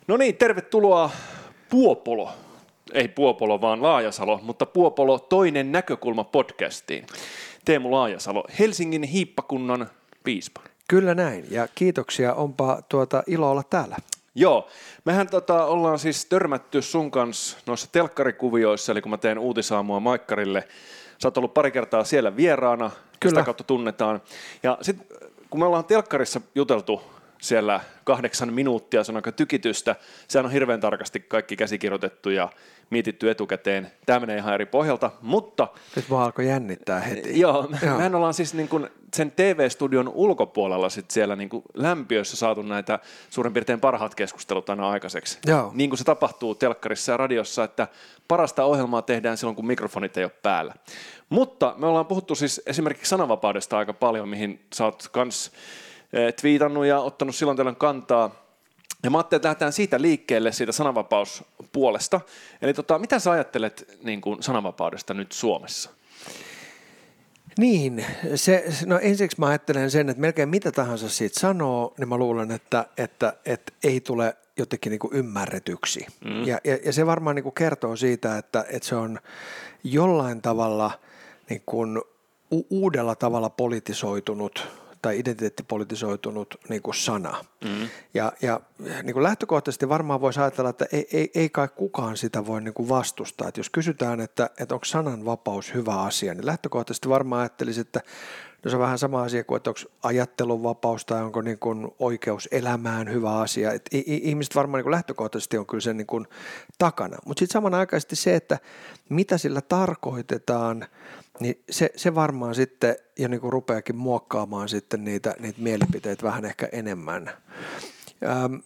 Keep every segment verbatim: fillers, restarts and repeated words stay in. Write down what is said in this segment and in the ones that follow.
No niin, tervetuloa Puopolo, ei Puopolo vaan Laajasalo, mutta Puopolo toinen näkökulma podcastiin. Teemu Laajasalo, Helsingin hiippakunnan piispa. Kyllä näin, ja kiitoksia, onpa tuota ilo olla täällä. Joo, mehän tota, ollaan siis törmätty sun kanssa noissa telkkarikuvioissa, eli kun mä teen uutisaamua Maikkarille, sä oot ollut pari kertaa siellä vieraana, Kyllä. sitä kautta tunnetaan. Ja sitten kun me ollaan telkkarissa juteltu siellä kahdeksan minuuttia, se on aika tykitystä, sehän on hirveän tarkasti kaikki käsikirjoitettu ja mietitty etukäteen. Tämä menee ihan eri pohjalta, mutta... Nyt vaan alkoi jännittää heti. Joo, joo. mehän ollaan siis niin kuin sen T V-studion ulkopuolella sit siellä niin kuin lämpiössä saatu näitä suurin piirtein parhaat keskustelut aina aikaiseksi. Joo. Niin kuin se tapahtuu telkkarissa ja radiossa, että parasta ohjelmaa tehdään silloin, kun mikrofonit ei ole päällä. Mutta me ollaan puhuttu siis esimerkiksi sananvapaudesta aika paljon, mihin sä oot kans twiitannut ja ottanut silloin tällöin kantaa. Ja mä ajattelin, että lähdetään siitä liikkeelle, siitä sananvapauspuolesta. Eli tota, mitä sä ajattelet niin kuin sananvapaudesta nyt Suomessa? Niin, se, no ensiksi mä ajattelen sen, että melkein mitä tahansa siitä sanoo, niin mä luulen, että, että, että ei tule jotenkin niin kuin ymmärretyksi. Mm. Ja, ja, ja se varmaan niin kuin kertoo siitä, että, että se on jollain tavalla niin kuin u- uudella tavalla politisoitunut tai identiteettipolitisoitunut niin kuin sana. Mm. Ja, ja niin kuin lähtökohtaisesti varmaan voisi ajatella, että ei, ei, ei kai kukaan sitä voi niin kuin vastustaa. Että jos kysytään, että, että onko sananvapaus hyvä asia, niin lähtökohtaisesti varmaan ajattelisi, että no se on vähän sama asia kuin, että onko ajattelunvapaus tai onko niin kuin oikeus elämään hyvä asia. Et ihmiset varmaan niin kuin lähtökohtaisesti on kyllä sen niin kuin takana. Mutta sitten samanaikaisesti se, että mitä sillä tarkoitetaan, niin se, se varmaan sitten jo niin kuin rupeakin muokkaamaan sitten niitä, niitä mielipiteitä vähän ehkä enemmän. Ähm,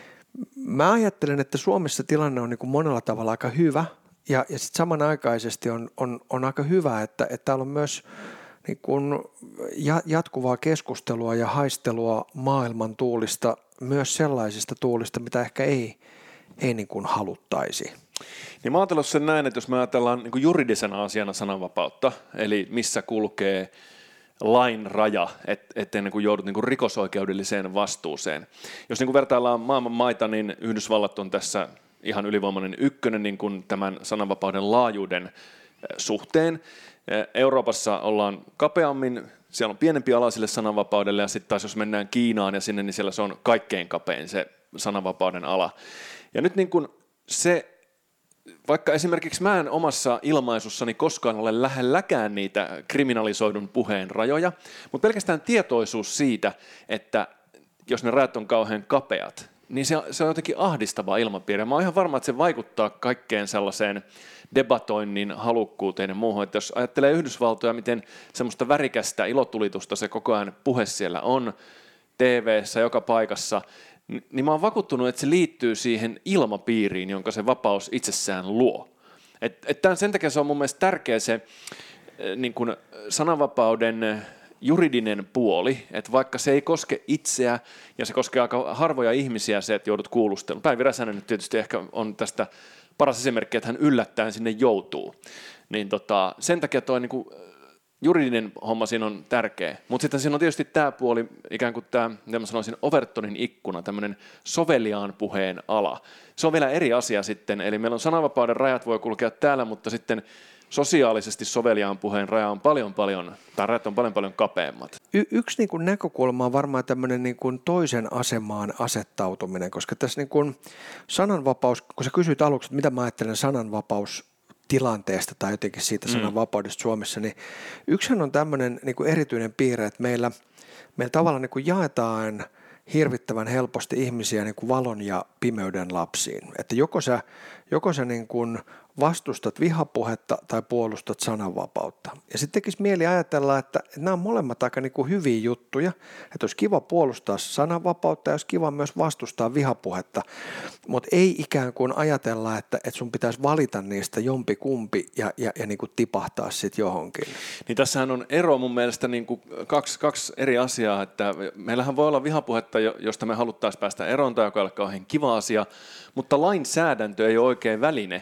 mä ajattelen, että Suomessa tilanne on niin kuin monella tavalla aika hyvä ja, ja sitten samanaikaisesti on, on, on aika hyvä, että, että täällä on myös niin kuin jatkuvaa keskustelua ja haistelua maailman tuulista, myös sellaisista tuulista, mitä ehkä ei, ei niin kuin haluttaisi. Niin mä ajatellut sen näin, että jos me ajatellaan niin kuin juridisena asiana sananvapautta, eli missä kulkee lain raja, et, et ennen kuin joudut niin kuin rikosoikeudelliseen vastuuseen. Jos niin kuin vertaillaan maailman maita, niin Yhdysvallat on tässä ihan ylivoimainen ykkönen niin kuin tämän sananvapauden laajuuden suhteen. Euroopassa ollaan kapeammin, siellä on pienempi ala sille sananvapaudelle, ja sitten taas jos mennään Kiinaan ja sinne, niin siellä se on kaikkein kapein se sananvapauden ala. Ja nyt niin kuin se, vaikka esimerkiksi mä en omassa ilmaisussani koskaan ole lähelläkään niitä kriminalisoidun puheen rajoja, mutta pelkästään tietoisuus siitä, että jos ne rajat on kauhean kapeat, niin se, se on jotenkin ahdistava ilmapiiri. Mä oon ihan varma, että se vaikuttaa kaikkeen sellaiseen debatoinnin halukkuuteen ja muuhun. Että jos ajattelee Yhdysvaltoja, miten semmoista värikästä ilotulitusta se koko ajan puhe siellä on, T V:ssä, joka paikassa, niin mä oon vakuuttunut, että se liittyy siihen ilmapiiriin, jonka se vapaus itsessään luo. Et, et tämän, sen takia se on mun mielestä tärkeä se niin kun sananvapauden juridinen puoli, että vaikka se ei koske itseä ja se koskee aika harvoja ihmisiä se, että joudut kuulusteluun. Päivi Räsänen nyt tietysti ehkä on tästä paras esimerkki, että hän yllättäen sinne joutuu. Niin tota, sen takia tuo niin juridinen homma siinä on tärkeä. Mutta sitten siinä on tietysti tämä puoli, ikään kuin tämä, mitä mä sanoisin, Overtonin ikkuna, tämmöinen soveliaan puheen ala. Se on vielä eri asia sitten, eli meillä on sananvapauden rajat voi kulkea täällä, mutta sitten sosiaalisesti soveliaan puheen raja on paljon paljon, tai rajat on paljon paljon kapeammat. Y- yksi niin kuin näkökulma on varmaan tämmöinen niin kuin toisen asemaan asettautuminen, koska tässä niin kuin sananvapaus, kun sä kysyit aluksi, että mitä mä ajattelen sananvapaus tilanteesta tai jotenkin siitä sananvapaudesta Suomessa, niin yksihän on tämmöinen niin kuin erityinen piirre, että meillä, meillä tavallaan niin kuin jaetaan hirvittävän helposti ihmisiä niin kuin valon ja pimeyden lapsiin. Että joko sä, joko sä niin kuin vastustat vihapuhetta tai puolustat sananvapautta. Ja sitten tekisi mieli ajatella, että nämä on molemmat aika niin kuin hyviä juttuja, että olisi kiva puolustaa sananvapautta ja olisi kiva myös vastustaa vihapuhetta, mutta ei ikään kuin ajatella, että, että sun pitäisi valita niistä jompi kumpi ja, ja, ja niin kuin tipahtaa sitten johonkin. Niin tässähän on ero mun mielestä niin kuin kaksi, kaksi eri asiaa, että meillähän voi olla vihapuhetta, josta me haluttaisiin päästä eroon tai joka ei ole kauhean kiva asia, mutta lainsäädäntö ei ole oikein väline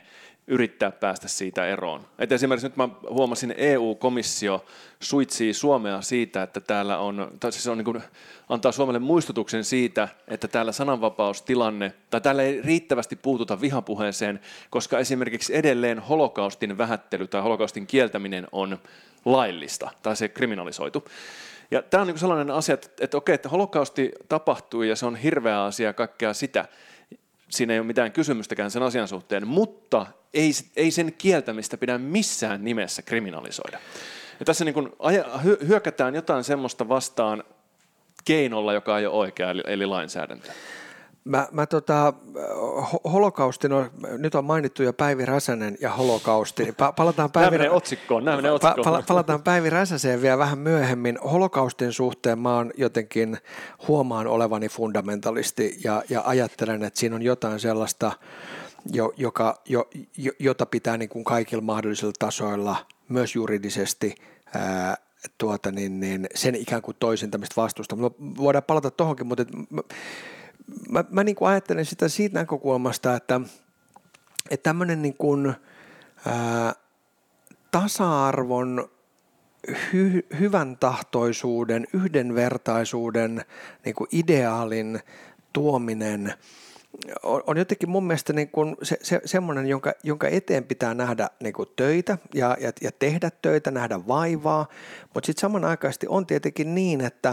yrittää päästä siitä eroon. Et esimerkiksi nyt mä huomasin, E U-komissio suitsii Suomea siitä, että täällä on, tai siis on niin kuin, antaa Suomelle muistutuksen siitä, että täällä sananvapaustilanne, tai täällä ei riittävästi puututa vihapuheeseen, koska esimerkiksi edelleen holokaustin vähättely tai holokaustin kieltäminen on laillista, tai se kriminalisoitu. Ja tämä on niin kuin sellainen asia, että, että okei, että holokausti tapahtui ja se on hirveä asia, kaikkea sitä. Siinä ei ole mitään kysymystäkään sen asian suhteen, mutta ei, ei sen kieltämistä pidä missään nimessä kriminalisoida. Ja tässä niin kuin hyökätään jotain semmoista vastaan keinolla, joka ei ole oikea, eli, eli lainsäädäntö. Mä, mä tota, holokaustin, on, nyt on mainittu jo Päivi Räsänen ja holokausti. Niin pa, palataan Päivi, nämä menee otsikkoon, nämä menee otsikkoon. Pa, palataan Päivi Räsäseen vielä vähän myöhemmin. Holokaustin suhteen mä oon jotenkin huomaan olevani fundamentalisti ja, ja ajattelen, että siinä on jotain sellaista, jo, joka, jo, jota pitää niin kuin kaikilla mahdollisilla tasoilla, myös juridisesti, ää, tuota, niin, niin sen ikään kuin toisin tämmöistä vastusta. Voidaan palata tuohonkin, mutta Mä, mä, mä niin kuin ajattelen sitä siitä näkökulmasta, että, että tämmöinen niin kuin, ää, tasa-arvon, hy, hyvän tahtoisuuden, yhdenvertaisuuden niin kuin ideaalin tuominen on, on jotenkin mun mielestä niin kuin se, se, semmoinen, jonka, jonka eteen pitää nähdä niin kuin töitä ja, ja, ja tehdä töitä, nähdä vaivaa, mutta sitten samanaikaisesti on tietenkin niin, että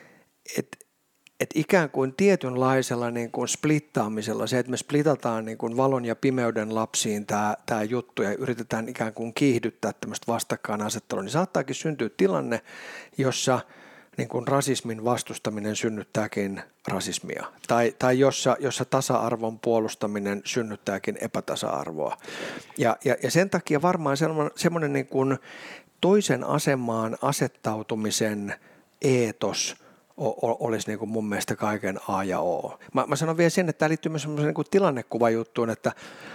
et, että ikään kuin tietynlaisella niin kuin splittaamisella, se, että me splitataan niin kuin valon ja pimeyden lapsiin tämä, tämä juttu ja yritetään ikään kuin kiihdyttää tämmöistä vastakkainasettelua, niin saattaakin syntyä tilanne, jossa niin kuin rasismin vastustaminen synnyttääkin rasismia tai, tai jossa, jossa tasa-arvon puolustaminen synnyttääkin epätasa-arvoa. Ja, ja, ja sen takia varmaan semmoinen, semmoinen niin kuin toisen asemaan asettautumisen eetos olisi niin kuin mun mielestä kaiken A ja O. Mä, mä sanon vielä sen, että tämä liittyy myös semmoiseen niin kuin tilannekuvajuttuun, että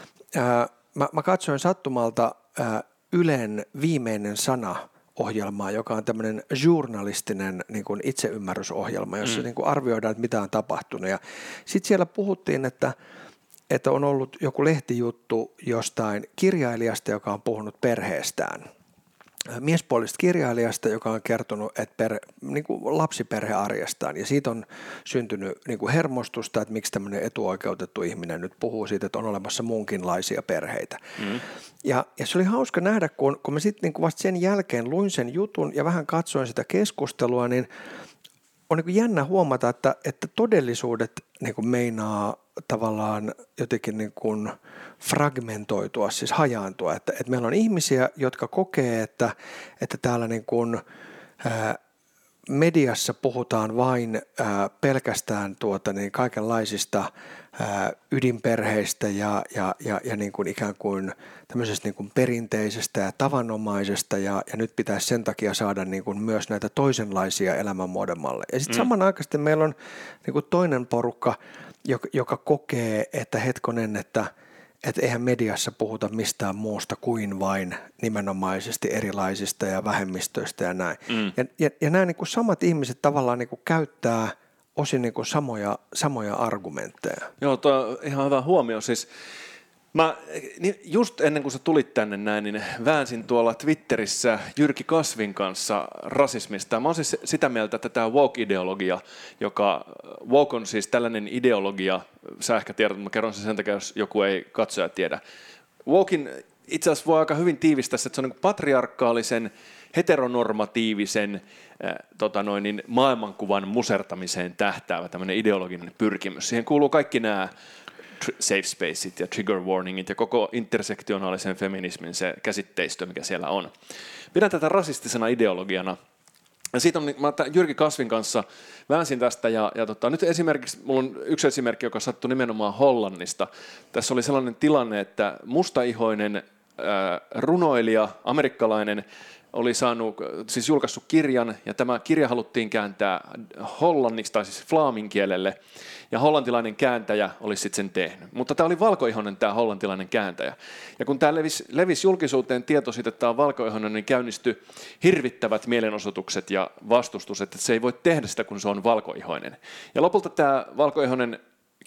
ää, mä, mä katsoin sattumalta ää, Ylen Viimeinen sana -ohjelmaa, joka on tämmöinen journalistinen niin kuin itseymmärrysohjelma, jossa mm. niin kuin arvioidaan, että mitä on tapahtunut. Ja sitten siellä puhuttiin, että, että on ollut joku lehtijuttu jostain kirjailijasta, joka on puhunut perheestään. Miespuolisesta kirjailijasta, joka on kertonut että per, niin kuin lapsiperhearjestaan, ja siitä on syntynyt niin kuin hermostusta, että miksi tämmöinen etuoikeutettu ihminen nyt puhuu siitä, että on olemassa muunkinlaisia perheitä. Mm. Ja, ja se oli hauska nähdä, kun, kun mä sitten niin vasta sen jälkeen luin sen jutun ja vähän katsoin sitä keskustelua, niin on niin kuin jännä huomata, että, että todellisuudet niin kuin meinaa tavallaan jotenkin niin kuin fragmentoitua, siis hajaantua, että, että meillä on ihmisiä, jotka kokee, että, että täällä niin kuin, ää, mediassa puhutaan vain ää, pelkästään tuota, niin kaikenlaisista ää, ydinperheistä ja, ja, ja, ja niin kuin ikään kuin tämmöisestä niin kuin perinteisestä ja tavanomaisesta ja, ja nyt pitäisi sen takia saada niin kuin myös näitä toisenlaisia elämänmuodon malleja. Ja sitten mm. samanaikaisesti meillä on niin kuin toinen porukka, joka, joka kokee, että hetkonen, että että eihän mediassa puhuta mistään muusta kuin vain nimenomaisesti erilaisista ja vähemmistöistä ja näin. Mm. Ja, ja, ja nämä niin kuin samat ihmiset tavallaan niin kuin käyttää osin niin kuin samoja, samoja argumentteja. Joo, tuo on ihan hyvä huomio. Siis mä just ennen kuin sä tulit tänne näin, niin väänsin tuolla Twitterissä Jyrki Kasvin kanssa rasismista. Mä oon siis sitä mieltä, että tämä woke-ideologia, joka woke on siis tällainen ideologia, sä ehkä tiedät, mutta mä kerron sen sen takia, jos joku ei katsoja tiedä. Wokein itse asiassa voi aika hyvin tiivistää, että se on niin patriarkaalisen, heteronormatiivisen äh, tota noin, niin maailmankuvan musertamiseen tähtäävä tämmöinen ideologinen pyrkimys. Siihen kuuluu kaikki nämä safe spaceit ja trigger warningit ja koko intersektionaalisen feminismin se käsitteistö, mikä siellä on. Pidän tätä rasistisena ideologiana. Ja siitä on, mä Jyrki Kasvin kanssa väänsin tästä, ja, ja tota, nyt esimerkiksi, mulla on yksi esimerkki, joka sattui nimenomaan Hollannista. Tässä oli sellainen tilanne, että mustaihoinen ää, runoilija, amerikkalainen, oli saanut, siis julkaissut kirjan, ja tämä kirja haluttiin kääntää hollanniksi, tai siis flaamin kielelle, ja hollantilainen kääntäjä olisi sitten sen tehnyt. Mutta tämä oli valkoihoinen tämä hollantilainen kääntäjä. Ja kun tämä levisi, levisi julkisuuteen tieto siitä, että tämä on valkoihoinen, niin käynnistyi hirvittävät mielenosoitukset ja vastustus, että se ei voi tehdä sitä, kun se on valkoihoinen. Ja lopulta tämä valkoihoinen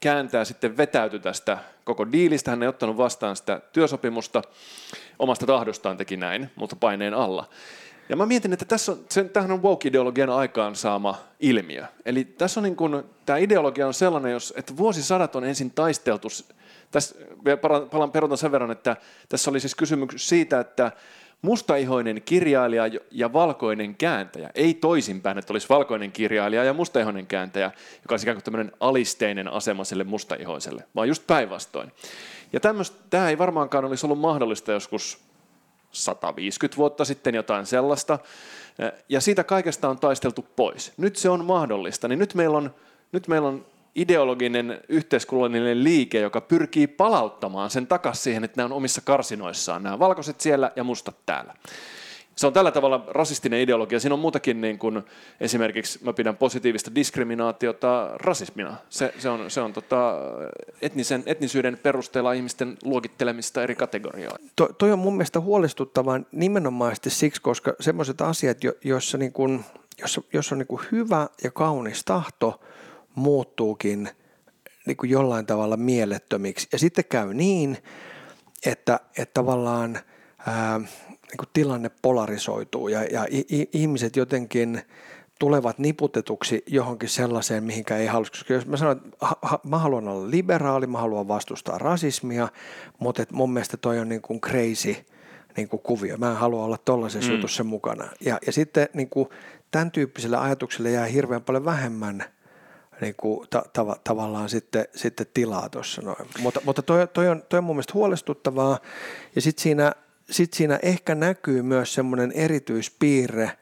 kääntää sitten vetäytyi tästä koko diilistä. Hän ei ottanut vastaan sitä työsopimusta. Omasta tahdostaan teki näin, mutta paineen alla. Ja mä mietin, että tässä on, sen, tämähän on woke-ideologian aikaan saama ilmiö. Eli tässä on niin kuin, tämä ideologia on sellainen, jos, että vuosisadat on ensin taisteltu. Tässä palaan peruutan sen verran, että tässä oli siis kysymys siitä, että mustaihoinen kirjailija ja valkoinen kääntäjä, ei toisinpäin, että olisi valkoinen kirjailija ja mustaihoinen kääntäjä, joka olisi ikään kuin tämmöinen alisteinen asema sille mustaihoiselle, vaan just päinvastoin. Ja tämä ei varmaankaan olisi ollut mahdollista joskus sata viisikymmentä vuotta sitten, jotain sellaista, ja siitä kaikesta on taisteltu pois. Nyt se on mahdollista, niin nyt meillä on, nyt meillä on ideologinen yhteiskunnallinen liike, joka pyrkii palauttamaan sen takaisin siihen, että nämä on omissa karsinoissaan, nämä valkoiset siellä ja mustat täällä. Se on tällä tavalla rasistinen ideologia. Siinä on muutakin, niin kuin esimerkiksi mä pidän positiivista diskriminaatiota rasismina. Se, se on, se on tota, etnisen, etnisyyden perusteella ihmisten luokittelemista eri kategorioihin. To, toi on mun mielestä huolestuttavaa nimenomaisesti siksi, koska sellaiset asiat, jo, joissa, niin kuin, jossa, jossa on niin kuin hyvä ja kaunis tahto, muuttuukin niin kuin jollain tavalla mielettömiksi. Ja sitten käy niin, että, että tavallaan ää, niin kuin tilanne polarisoituu ja, ja ihmiset jotenkin tulevat niputetuksi johonkin sellaiseen, mihinkä ei halua. Koska jos mä sanon, että ha, ha, mä haluan olla liberaali, mä haluan vastustaa rasismia, mutta et mun mielestä toi on niin kuin crazy niin kuin kuvio. Mä en halua olla tollaisessa mm. jutussa mukana. Ja, ja sitten niin kuin tämän tyyppiselle ajatukselle jää hirveän paljon vähemmän niin kuin ta- tav- tavallaan sitten, sitten tilaa tuossa noin. Mutta, mutta toi, toi, on, toi on mun mielestä huolestuttavaa, ja sitten siinä, sit siinä ehkä näkyy myös semmoinen erityispiirre,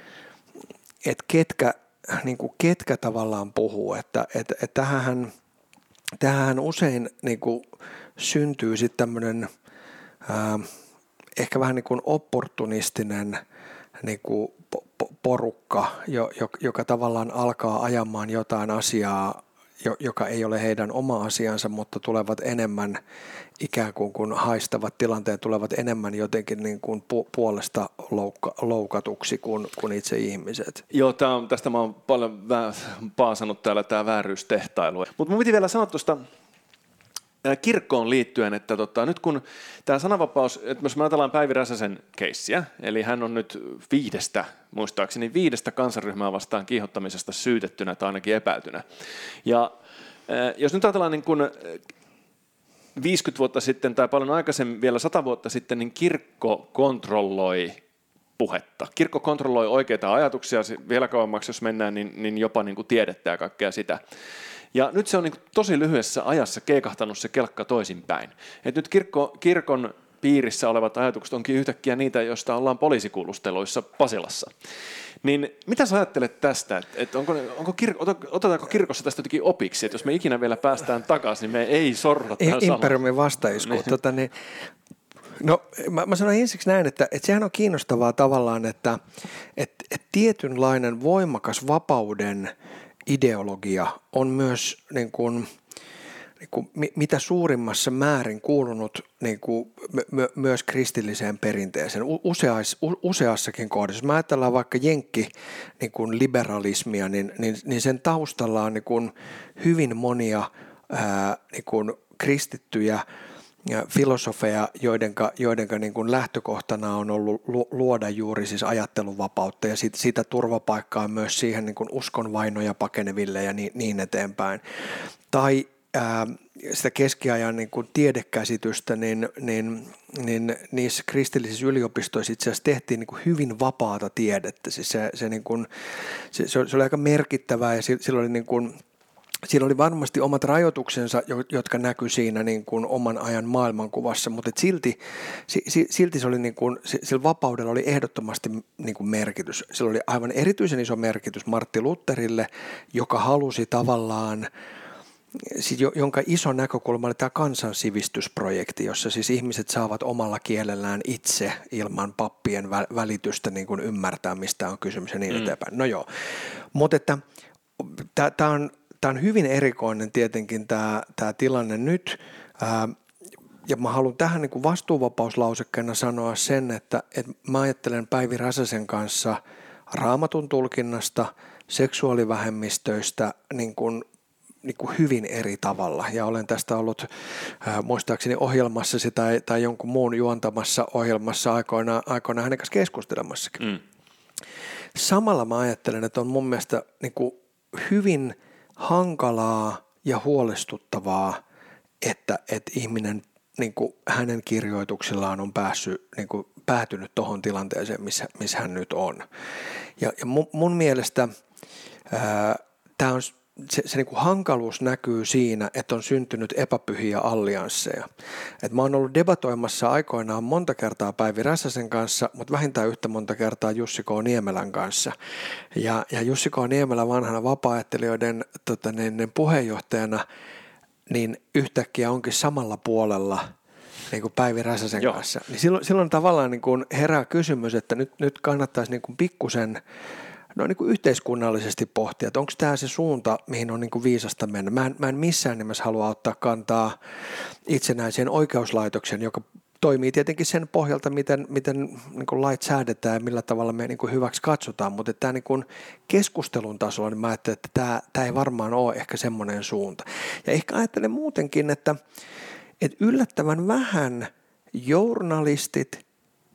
että ketkä, niin kuin ketkä tavallaan puhuu, että et, et tähän, tähän usein niin kuin syntyy sitten tämmöinen ää, ehkä vähän niin kuin opportunistinen niin kuin porukka, joka tavallaan alkaa ajamaan jotain asiaa, joka ei ole heidän oma asiansa, mutta tulevat enemmän ikään kuin kun haistavat tilanteen, tulevat enemmän jotenkin niin kuin puolesta loukka, loukatuksi kuin, kuin itse ihmiset. Joo, tää on, tästä mä oon paljon paasannut täällä tämä vääryystehtailu. Mutta mun piti vielä sanoa tuosta kirkkoon liittyen, että tota, nyt kun tämä sananvapaus, että jos me ajatellaan Päivi Räsäsen keissiä, eli hän on nyt viidestä, muistaakseni viidestä kansanryhmää vastaan kiihottamisesta syytettynä tai ainakin epäiltynä. Ja äh, jos nyt ajatellaan niin kun viisikymmentä vuotta sitten tai paljon aikaisemmin, vielä sata vuotta sitten, niin kirkko kontrolloi puhetta. Kirkko kontrolloi oikeita ajatuksia, vielä kauemmaksi jos mennään, niin, niin jopa niin kuin tiedettä ja kaikkea sitä. Ja nyt se on niin tosi lyhyessä ajassa keikahtanut se kelkka toisinpäin. Et nyt kirkko, kirkon piirissä olevat ajatukset onkin yhtäkkiä niitä, joista ollaan poliisikuulusteluissa Pasilassa. Niin mitä sä ajattelet tästä? Et, et onko, onko kir, otetaanko kirkossa tästä jotenkin opiksi, että jos me ikinä vielä päästään takaisin, niin me ei sorrata tähän samaan? Imperiumin vastaisku. Niin. Tota, niin, no mä, mä sanon ensiksi näin, että, että sehän on kiinnostavaa tavallaan, että, että, että tietynlainen voimakas vapauden ideologia on myös niin kuin, niin kuin, mitä suurimmassa määrin kuulunut niin kuin, my, myös kristilliseen perinteeseen useais, useassakin kohdassa. Jos mä ajatellaan vaikka jenkki niin kuin liberalismia, niin, niin, niin sen taustalla on niin kuin hyvin monia ää, niin kuin kristittyjä ja filosofeja, joidenka, joidenka niin kuin lähtökohtana on ollut luoda juuri siis ajatteluvapautta ja sit, sitä turvapaikkaa myös siihen niin kuin uskonvainoja pakeneville ja niin, niin eteenpäin. Tai ää, sitä keskiajan niin kuin tiedekäsitystä, niin, niin, niin niissä kristillisissä yliopistoissa itse asiassa tehtiin niin kuin hyvin vapaata tiedettä. Siis se, se, niin kuin, se, se oli aika merkittävää ja sillä oli niin kuin Siinä oli varmasti omat rajoituksensa, jotka näkyi siinä niin kuin oman ajan maailmankuvassa, mutta silti, silti se oli niin kuin, sillä vapaudella oli ehdottomasti niin kuin merkitys. Sillä oli aivan erityisen iso merkitys Martti Lutherille, joka halusi tavallaan, jonka iso näkökulma oli tämä kansansivistysprojekti, jossa siis ihmiset saavat omalla kielellään itse ilman pappien välitystä niin kuin ymmärtää, mistä on kysymys ja niin eteenpäin. No joo, mutta että tämä on Tämä on hyvin erikoinen tietenkin tämä, tämä tilanne nyt, ää, ja mä haluan tähän niin kuin vastuuvapauslausekkeena sanoa sen, että, että mä ajattelen Päivi Räsäsen kanssa Raamatun tulkinnasta, seksuaalivähemmistöistä, niin kuin niin kuin hyvin eri tavalla. Ja olen tästä ollut äh, muistaakseni ohjelmassasi tai, tai jonkun muun juontamassa ohjelmassa aikoinaan, aikoinaan hänen kanssa keskustelemassakin. Mm. Samalla mä ajattelen, että on mun mielestä niin kuin hyvin hankalaa ja huolestuttavaa, että, että ihminen niin kuin hänen kirjoituksillaan on päässyt, niin kuin päätynyt tuohon tilanteeseen, missä, missä hän nyt on. Ja, ja mun, mun mielestä tämä on se, se niin kuin hankaluus näkyy siinä, että on syntynyt epäpyhiä alliansseja. Et mä oon ollut debatoimassa aikoinaan monta kertaa Päivi Räsäsen kanssa, mutta vähintään yhtä monta kertaa Jussi K. Niemelän kanssa. Ja, ja Jussi K. Niemelä vanhana vapaa-ajattelijoiden tota, niin, niin puheenjohtajana niin yhtäkkiä onkin samalla puolella niin kuin Päivi Räsäsen Joo. kanssa. Niin silloin, silloin tavallaan niin kuin herää kysymys, että nyt, nyt kannattaisi niin kuin pikkusen no, niin kuin yhteiskunnallisesti pohtia, että onko tämä se suunta, mihin on niin kuin viisasta mennä. Mä en, mä en missään nimessä halua ottaa kantaa itsenäiseen oikeuslaitoksen, joka toimii tietenkin sen pohjalta, miten, miten niin kuin lait säädetään ja millä tavalla me niin kuin hyväksi katsotaan, mutta tämä niin kuin keskustelun tasolla, niin mä ajattelen, että tämä, tämä ei varmaan ole ehkä semmoinen suunta. Ja ehkä ajattelen muutenkin, että, että yllättävän vähän journalistit,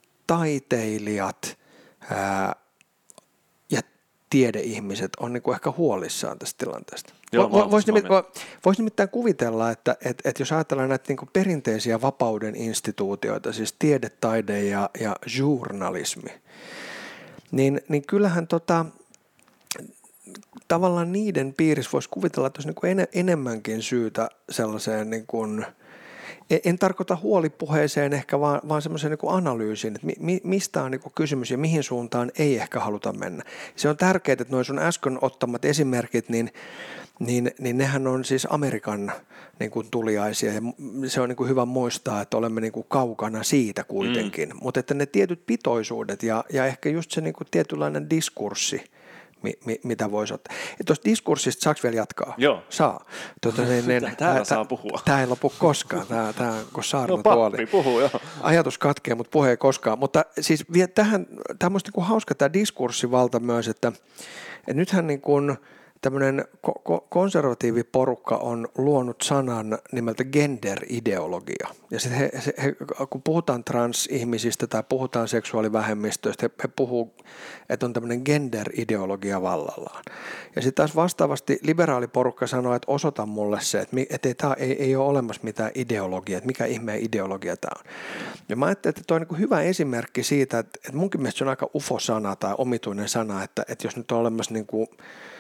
taiteilijat ää, ja tiedeihmiset on niin kuin ehkä huolissaan tästä tilanteesta. Voisi nimittäin, vois nimittäin kuvitella, että et, et jos ajatellaan näitä niin kuin perinteisiä vapauden instituutioita, siis tiede, taide ja, ja journalismi, niin, niin kyllähän tota, tavallaan niiden piirissä voisi kuvitella, että olisi niin kuin en, enemmänkin syytä sellaiseen niin kuin en tarkoita huolipuheeseen ehkä, vaan, vaan semmoisen niin kuin analyysin, että mi, mistä on niin kuin kysymys ja mihin suuntaan ei ehkä haluta mennä. Se on tärkeää, että nuo sun äsken ottamat esimerkit, niin, niin, niin nehän on siis Amerikan niin kuin tuliaisia ja se on niin kuin hyvä muistaa, että olemme niin kuin kaukana siitä kuitenkin, mm. mutta että ne tietyt pitoisuudet ja, ja ehkä just se niin kuin tietynlainen diskurssi, Mi, mi, mitä voisi ottaa. Tuosta diskurssista saako vielä jatkaa? Joo. Saa. Tuota, niin, niin, Täällä saa puhua. Tämä ei lopu koskaan. Tämä, tämä on kuin saarna no, tuoli. pappi puhuu, joo. Ajatus katkee, mutta puhe ei koskaan. Mutta siis vie tähän, tämä on niin hauska tämä diskurssivalta myös, että, että nythän niin kuin tämmöinen ko- konservatiiviporukka on luonut sanan nimeltä gender-ideologia. Ja sitten he, he, he, kun puhutaan transihmisistä tai puhutaan seksuaalivähemmistöistä, he, he puhuu, että on tämmöinen gender-ideologia vallallaan. Ja sitten taas vastaavasti liberaaliporukka sanoo, että osoita mulle se, että, että ei, tämä ei, ei ole olemassa mitään ideologiaa, että mikä ihmeen ideologia tämä on. Ja mä ajattelin, että tuo on niin hyvä esimerkki siitä, että, että munkin mielestä se on aika ufo-sana tai omituinen sana, että, että jos nyt on olemassa niin kuin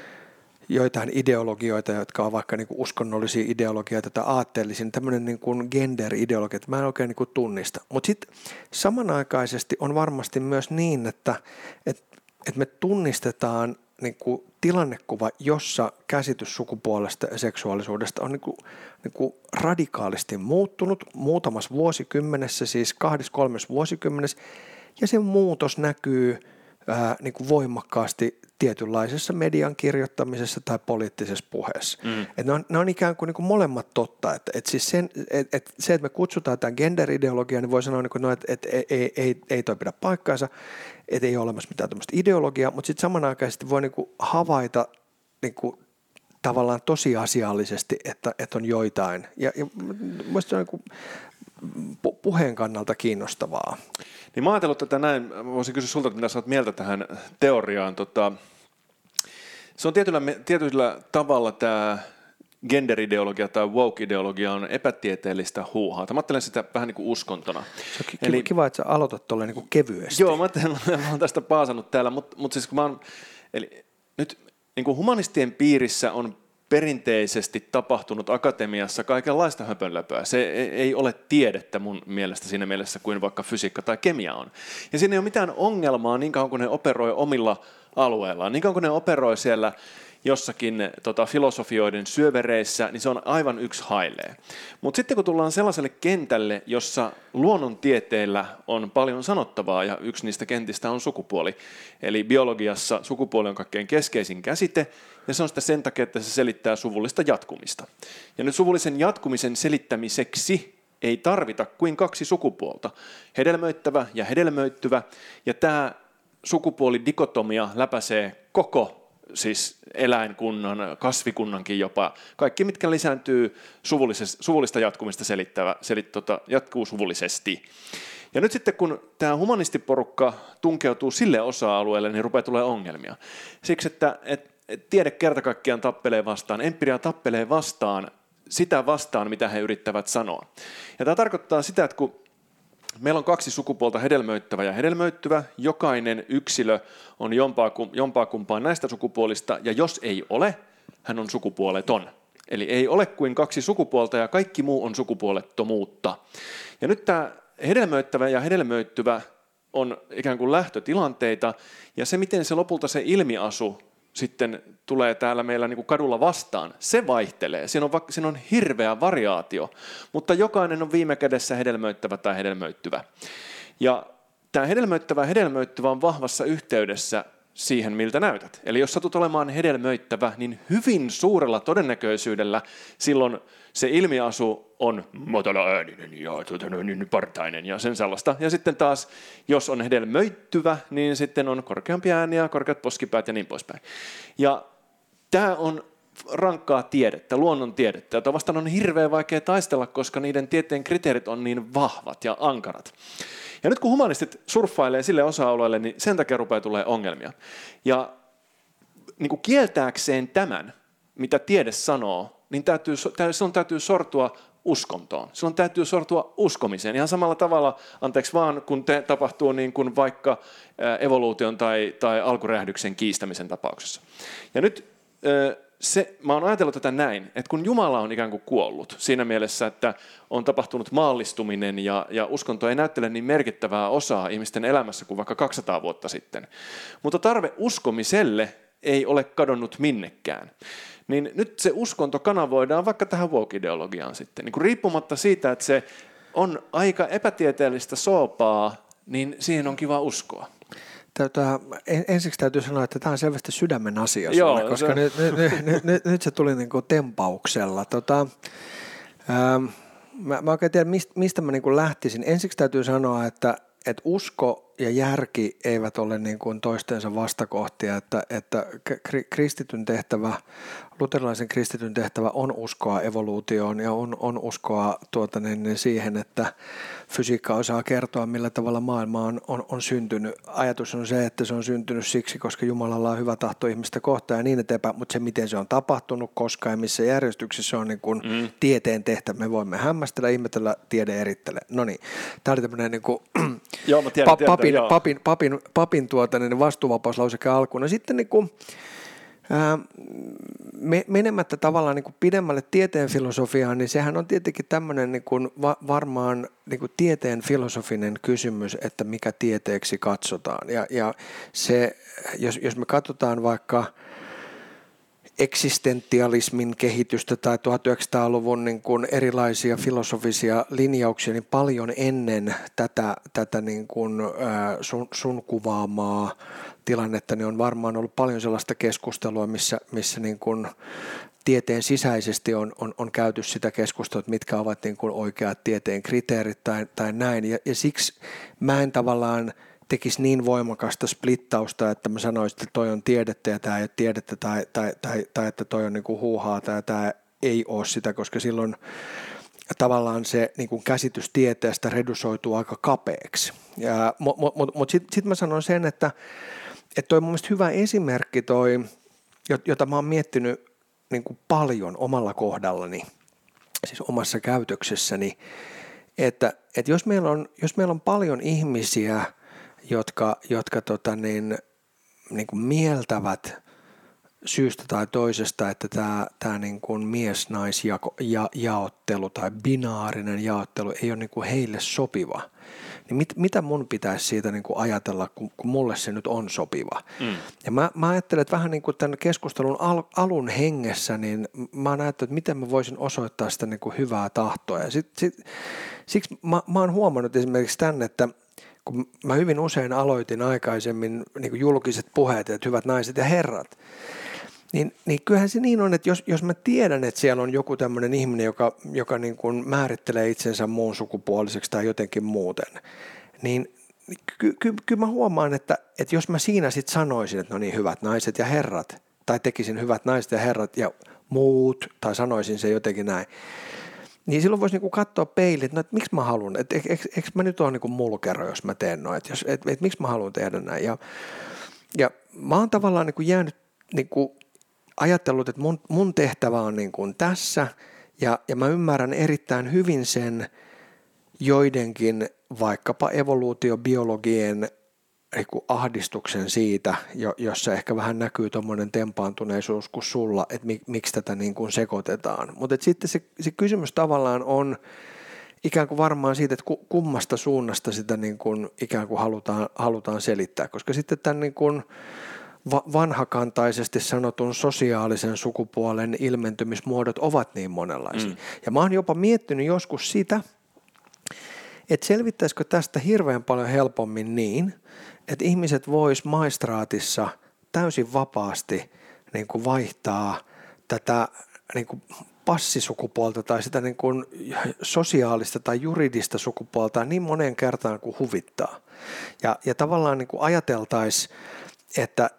joitain ideologioita, jotka on vaikka niin kuin uskonnollisia ideologioita tai aatteellisia, niin tämmöinen niin kuin gender-ideologia, että mä en oikein niin kuin tunnista. Mutta sitten samanaikaisesti on varmasti myös niin, että, että, että me tunnistetaan niin kuin tilannekuva, jossa käsitys sukupuolesta ja seksuaalisuudesta on niin kuin, niin kuin radikaalisti muuttunut muutamassa vuosikymmenessä, siis kahdessa kolmessa vuosikymmenessä, ja se muutos näkyy ää, niin kuin voimakkaasti tietynlaisessa median kirjoittamisessa tai poliittisessa puheessa. Mm. Et ne, on, ne on ikään kuin, niin kuin molemmat totta. Et, et siis sen, et, et se, että me kutsutaan tämän gender-ideologiaa, niin voi sanoa, niin kuin, no, että et, ei, ei, ei, ei toi pidä paikkaansa, että ei ole olemassa mitään tämmöistä ideologiaa, mutta sitten samanaikaisesti voi niin kuin havaita niin kuin tavallaan tosiasiallisesti, että, että on joitain. Ja, ja mielestäni se on niin kuin puheen kannalta kiinnostavaa. Niin mä oon ajatellut tätä näin, voisin kysyä sulta, että mitä sä oot mieltä tähän teoriaan. Tota, se on tietyllä, tietyllä tavalla tämä gender-ideologia tai woke-ideologia on epätieteellistä huuhaa. Mä ajattelen sitä vähän niin kuin uskontona. Se on Eli, kiva, että sä aloitat tolleen niin kuin kevyesti. Joo, mä, ajattelen, mä oon tästä paasannut täällä, mutta, mutta siis kun mä oon, eli nyt niin kuin humanistien piirissä on perinteisesti tapahtunut akatemiassa kaikenlaista höpönlöpöä. Se ei ole tiedettä mun mielestä siinä mielessä kuin vaikka fysiikka tai kemia on. Ja siinä ei ole mitään ongelmaa niin kauan kuin ne operoi omilla alueillaan. Niin kauan kuin ne operoi siellä jossakin tota, filosofioiden syövereissä, niin se on aivan yksi hailee. Mutta sitten kun tullaan sellaiselle kentälle, jossa luonnontieteillä on paljon sanottavaa, ja yksi niistä kentistä on sukupuoli. Eli biologiassa sukupuoli on kaikkein keskeisin käsite, ja se on sitä sen takia, että se selittää suvullista jatkumista. Ja nyt suvullisen jatkumisen selittämiseksi ei tarvita kuin kaksi sukupuolta, hedelmöittävä ja hedelmöittyvä, ja tämä sukupuolidikotomia läpäisee koko siis eläinkunnan, kasvikunnankin jopa, kaikki mitkä lisääntyy suvullista jatkumista selittävä, selit, tota, jatkuu suvullisesti. Ja nyt sitten kun tämä humanistiporukka tunkeutuu sille osa-alueelle, niin rupeaa tulee ongelmia. Siksi, että et, et tiede kerta kaikkiaan tappelee vastaan, empiria tappelee vastaan sitä vastaan, mitä he yrittävät sanoa. Ja tämä tarkoittaa sitä, että kun meillä on kaksi sukupuolta, hedelmöittävä ja hedelmöittyvä, jokainen yksilö on jompaa, jompaa kumpaa näistä sukupuolista, ja jos ei ole, hän on sukupuoleton. Eli ei ole kuin kaksi sukupuolta, ja kaikki muu on sukupuolettomuutta. Ja nyt tämä hedelmöittävä ja hedelmöittyvä on ikään kuin lähtötilanteita, ja se, miten se lopulta se ilmiasu sitten tulee täällä meillä niin kuin kadulla vastaan, se vaihtelee. Siinä on, siinä on hirveä variaatio, mutta jokainen on viime kädessä hedelmöittävä tai hedelmöittyvä. Ja tämä hedelmöittävä hedelmöittyvä on vahvassa yhteydessä siihen, miltä näytät. Eli jos satut olemaan hedelmöittävä, niin hyvin suurella todennäköisyydellä silloin se ilmiasu on matala-ääninen ja partainen ja sen sellaista. Ja sitten taas, jos on hedelmöittyvä, niin sitten on korkeampi ääni ja korkeat poskipäät ja niin poispäin. Ja tämä on rankkaa tiedettä, luonnon tiedettä, jota vastaan on hirveän vaikea taistella, koska niiden tieteen kriteerit on niin vahvat ja ankarat. Ja nyt kun humanistit surffailee sille osa-alueelle, niin sen takia rupeaa tulee ongelmia. Ja niin kuin kieltääkseen tämän, mitä tiede sanoo, niin täytyy, silloin täytyy sortua uskontoon. Silloin täytyy sortua uskomiseen. Ihan samalla tavalla, anteeksi vaan, kun te, tapahtuu niin kuin vaikka evoluution tai, tai alkuräjähdyksen kiistämisen tapauksessa. Ja nyt se, mä oon ajatellut tätä näin, että kun Jumala on ikään kuin kuollut siinä mielessä, että on tapahtunut maallistuminen ja, ja uskonto ei näyttele niin merkittävää osaa ihmisten elämässä kuin vaikka kaksisataa vuotta sitten. Mutta tarve uskomiselle ei ole kadonnut minnekään. Niin nyt se uskonto kanavoidaan vaikka tähän woke-ideologiaan sitten. Niin kuin riippumatta siitä, että se on aika epätieteellistä soopaa, niin siihen on kiva uskoa. Täytää, ensiksi täytyy sanoa, että tämä on selvästi sydämen asia sulle, Joo, koska se... nyt, nyt, nyt, nyt, nyt se tuli niin kuin tempauksella. Tota, ähm, mä, mä oikein tiedän, mistä, mistä mä niin kuin lähtisin. Ensiksi täytyy sanoa, että, että usko ja järki eivät ole niin kuin toistensa vastakohtia, että, että kristityn tehtävä, luterilaisen kristityn tehtävä on uskoa evoluutioon ja on, on uskoa tuota, niin siihen, että fysiikka osaa kertoa, millä tavalla maailma on, on, on syntynyt. Ajatus on se, että se on syntynyt siksi, koska Jumalalla on hyvä tahto ihmistä kohtaan ja niin eteenpäin, mutta se, miten se on tapahtunut, koska ja missä järjestyksessä on niin kuin mm. tieteen tehtävä. Me voimme hämmästellä, ihmetellä, tiede erittelee. No niin, tämä oli tämmöinen niin kuin Joo, mä tiedän, pa- papin, tiedän, papin, papin, papin tuota, niin vastuuvapauslauseke alkuun. No sitten niin kuin, ää, me, menemättä tavallaan niin kuin pidemmälle tieteen filosofiaan, niin sehän on tietenkin tämmöinen niin kuin va- varmaan niin kuin tieteen filosofinen kysymys, että mikä tieteeksi katsotaan. Ja, ja se, jos, jos me katsotaan vaikka eksistentialismin kehitystä tai tuhatyhdeksänsataaluvun niin kuin erilaisia filosofisia linjauksia, niin paljon ennen tätä, tätä niin kuin, sun, sun kuvaamaa tilannetta, niin on varmaan ollut paljon sellaista keskustelua, missä, missä niin kuin tieteen sisäisesti on, on, on käyty sitä keskustelua, että mitkä ovat niin kuin oikeat tieteen kriteerit tai, tai näin. Ja, ja siksi mä en tavallaan tekisi niin voimakasta splittausta, että mä sanoisin, että toi on tiedettä ja tämä ei ole tiedettä tai, tai, tai, tai että toi on niin kuin huuhaa tai tämä ei ole sitä, koska silloin tavallaan se niin kuin käsitys tieteestä redusoituu aika kapeaksi. Mutta mut, mut sitten sit mä sanon sen, että että toi on mun mielestä hyvä esimerkki toi, jota mä oon miettinyt niin kuin paljon omalla kohdallani, siis omassa käytöksessäni, että, että jos, meillä on, jos meillä on paljon ihmisiä, jotka, jotka tota niin, niin kuin mieltävät syystä tai toisesta, että tämä, tämä niin kuin mies-nais-jaottelu tai binaarinen jaottelu ei ole niin kuin heille sopiva, niin mit, mitä mun pitäisi siitä niin kuin ajatella, kun, kun mulle se nyt on sopiva. Mm. Ja mä, mä ajattelen, että vähän niin kuin tämän keskustelun al, alun hengessä, niin mä oon ajatellut, että miten mä voisin osoittaa sitä niin kuin hyvää tahtoa. Ja sit, sit, siksi mä, mä oon huomannut esimerkiksi tämän, että kun mä hyvin usein aloitin aikaisemmin niin kuin julkiset puheet, että hyvät naiset ja herrat, niin, niin kyllähän se niin on, että jos, jos mä tiedän, että siellä on joku tämmöinen ihminen, joka, joka niin kuin määrittelee itsensä muun sukupuoliseksi tai jotenkin muuten, niin ky, ky, kyllä mä huomaan, että, että jos mä siinä sitten sanoisin, että no niin hyvät naiset ja herrat, tai tekisin hyvät naiset ja herrat ja muut, tai sanoisin se jotenkin näin, niin silloin voisi niinku katsoa peiliin, että, no, että miksi mä haluan, että eikö, eikö, eikö mä nyt ole niinku mulkero, jos mä teen noin, että, että, että, että miksi mä haluan tehdä näin. Ja, ja mä oon tavallaan niinku jäänyt, niinku, ajatellut, että mun, mun tehtävä on niinku tässä, ja, ja mä ymmärrän erittäin hyvin sen joidenkin vaikkapa evoluutiobiologien niin ahdistuksen siitä, jossa ehkä vähän näkyy tuommoinen tempaantuneisuus kuin sulla, että mik, miksi tätä niin kuin sekoitetaan. Mutta sitten se, se kysymys tavallaan on ikään kuin varmaan siitä, että kummasta suunnasta sitä niin kuin ikään kuin halutaan, halutaan selittää, koska sitten tämän niin kuin vanhakantaisesti sanotun sosiaalisen sukupuolen ilmentymismuodot ovat niin monenlaisia. Mm. Ja mä oon jopa miettinyt joskus sitä, että selvittäisikö tästä hirveän paljon helpommin niin, että ihmiset vois maistraatissa täysin vapaasti niin kuin vaihtaa tätä niin kuin passisukupuolta tai sitä niin kuin sosiaalista tai juridista sukupuolta niin moneen kertaan kuin huvittaa. Ja, ja tavallaan niin kuin ajateltaisiin, että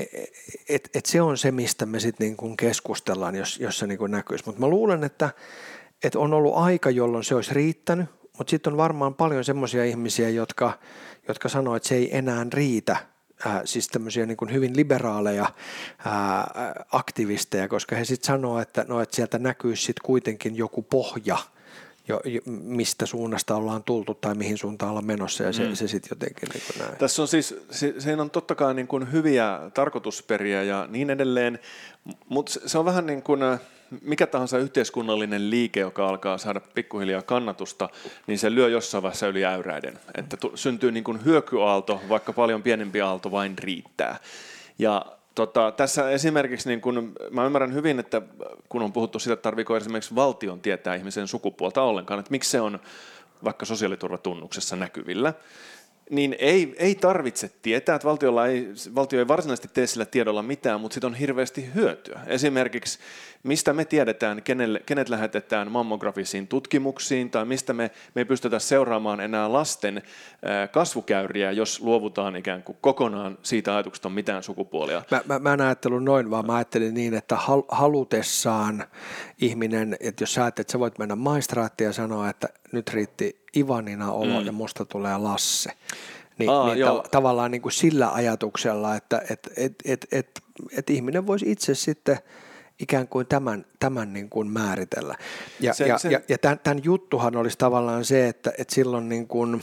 et, et se on se, mistä me sitten niin kuin keskustellaan, jos, jos se niin kuin näkyisi. Mutta mä luulen, että, että on ollut aika, jolloin se olisi riittänyt. Mutta sitten on varmaan paljon semmoisia ihmisiä, jotka, jotka sanoo, että se ei enää riitä, ää, siis tämmöisiä niin kuin hyvin liberaaleja ää, aktivisteja, koska he sitten sanoo, että, no, että sieltä näkyisi sitten kuitenkin joku pohja, jo, mistä suunnasta ollaan tultu tai mihin suuntaan ollaan menossa, ja se, mm. se sitten jotenkin niin kuin näin. Tässä on siis, se, siinä on totta kai niin kuin hyviä tarkoitusperiä ja niin edelleen, mutta se on vähän niin kuin mikä tahansa yhteiskunnallinen liike, joka alkaa saada pikkuhiljaa kannatusta, niin se lyö jossain vaiheessa yli äyräiden. Että tu- syntyy niin kuin hyökyaalto, vaikka paljon pienempi aalto vain riittää. Ja tota, tässä esimerkiksi, niin kun, mä ymmärrän hyvin, että kun on puhuttu siitä, että tarviiko esimerkiksi valtion tietää ihmisen sukupuolta ollenkaan, että miksi se on vaikka sosiaaliturvatunnuksessa näkyvillä, niin ei, ei tarvitse tietää, että valtiolla ei, valtio ei varsinaisesti tee sillä tiedolla mitään, mutta siitä on hirveästi hyötyä. Esimerkiksi mistä me tiedetään, kenelle, kenet lähetetään mammografisiin tutkimuksiin, tai mistä me, me ei pystytä seuraamaan enää lasten ää, kasvukäyriä, jos luovutaan ikään kuin kokonaan siitä ajatuksesta on mitään sukupuolia. Mä, mä, mä en ajatellut noin, vaan mä ajattelin niin, että hal, halutessaan ihminen, että jos sä ajattelet, että sä voit mennä maistraattiin ja sanoa, että nyt riitti Ivanina olo mm. ja musta tulee Lasse. Niin, Aa, niin ta- tavallaan niin kuin sillä ajatuksella, että et, et, et, et, et ihminen voisi itse sitten ikään kuin tämän, tämän niin kuin määritellä. Ja, se, ja, se... ja, ja tämän, tämän juttuhan olisi tavallaan se, että, että silloin niin kuin,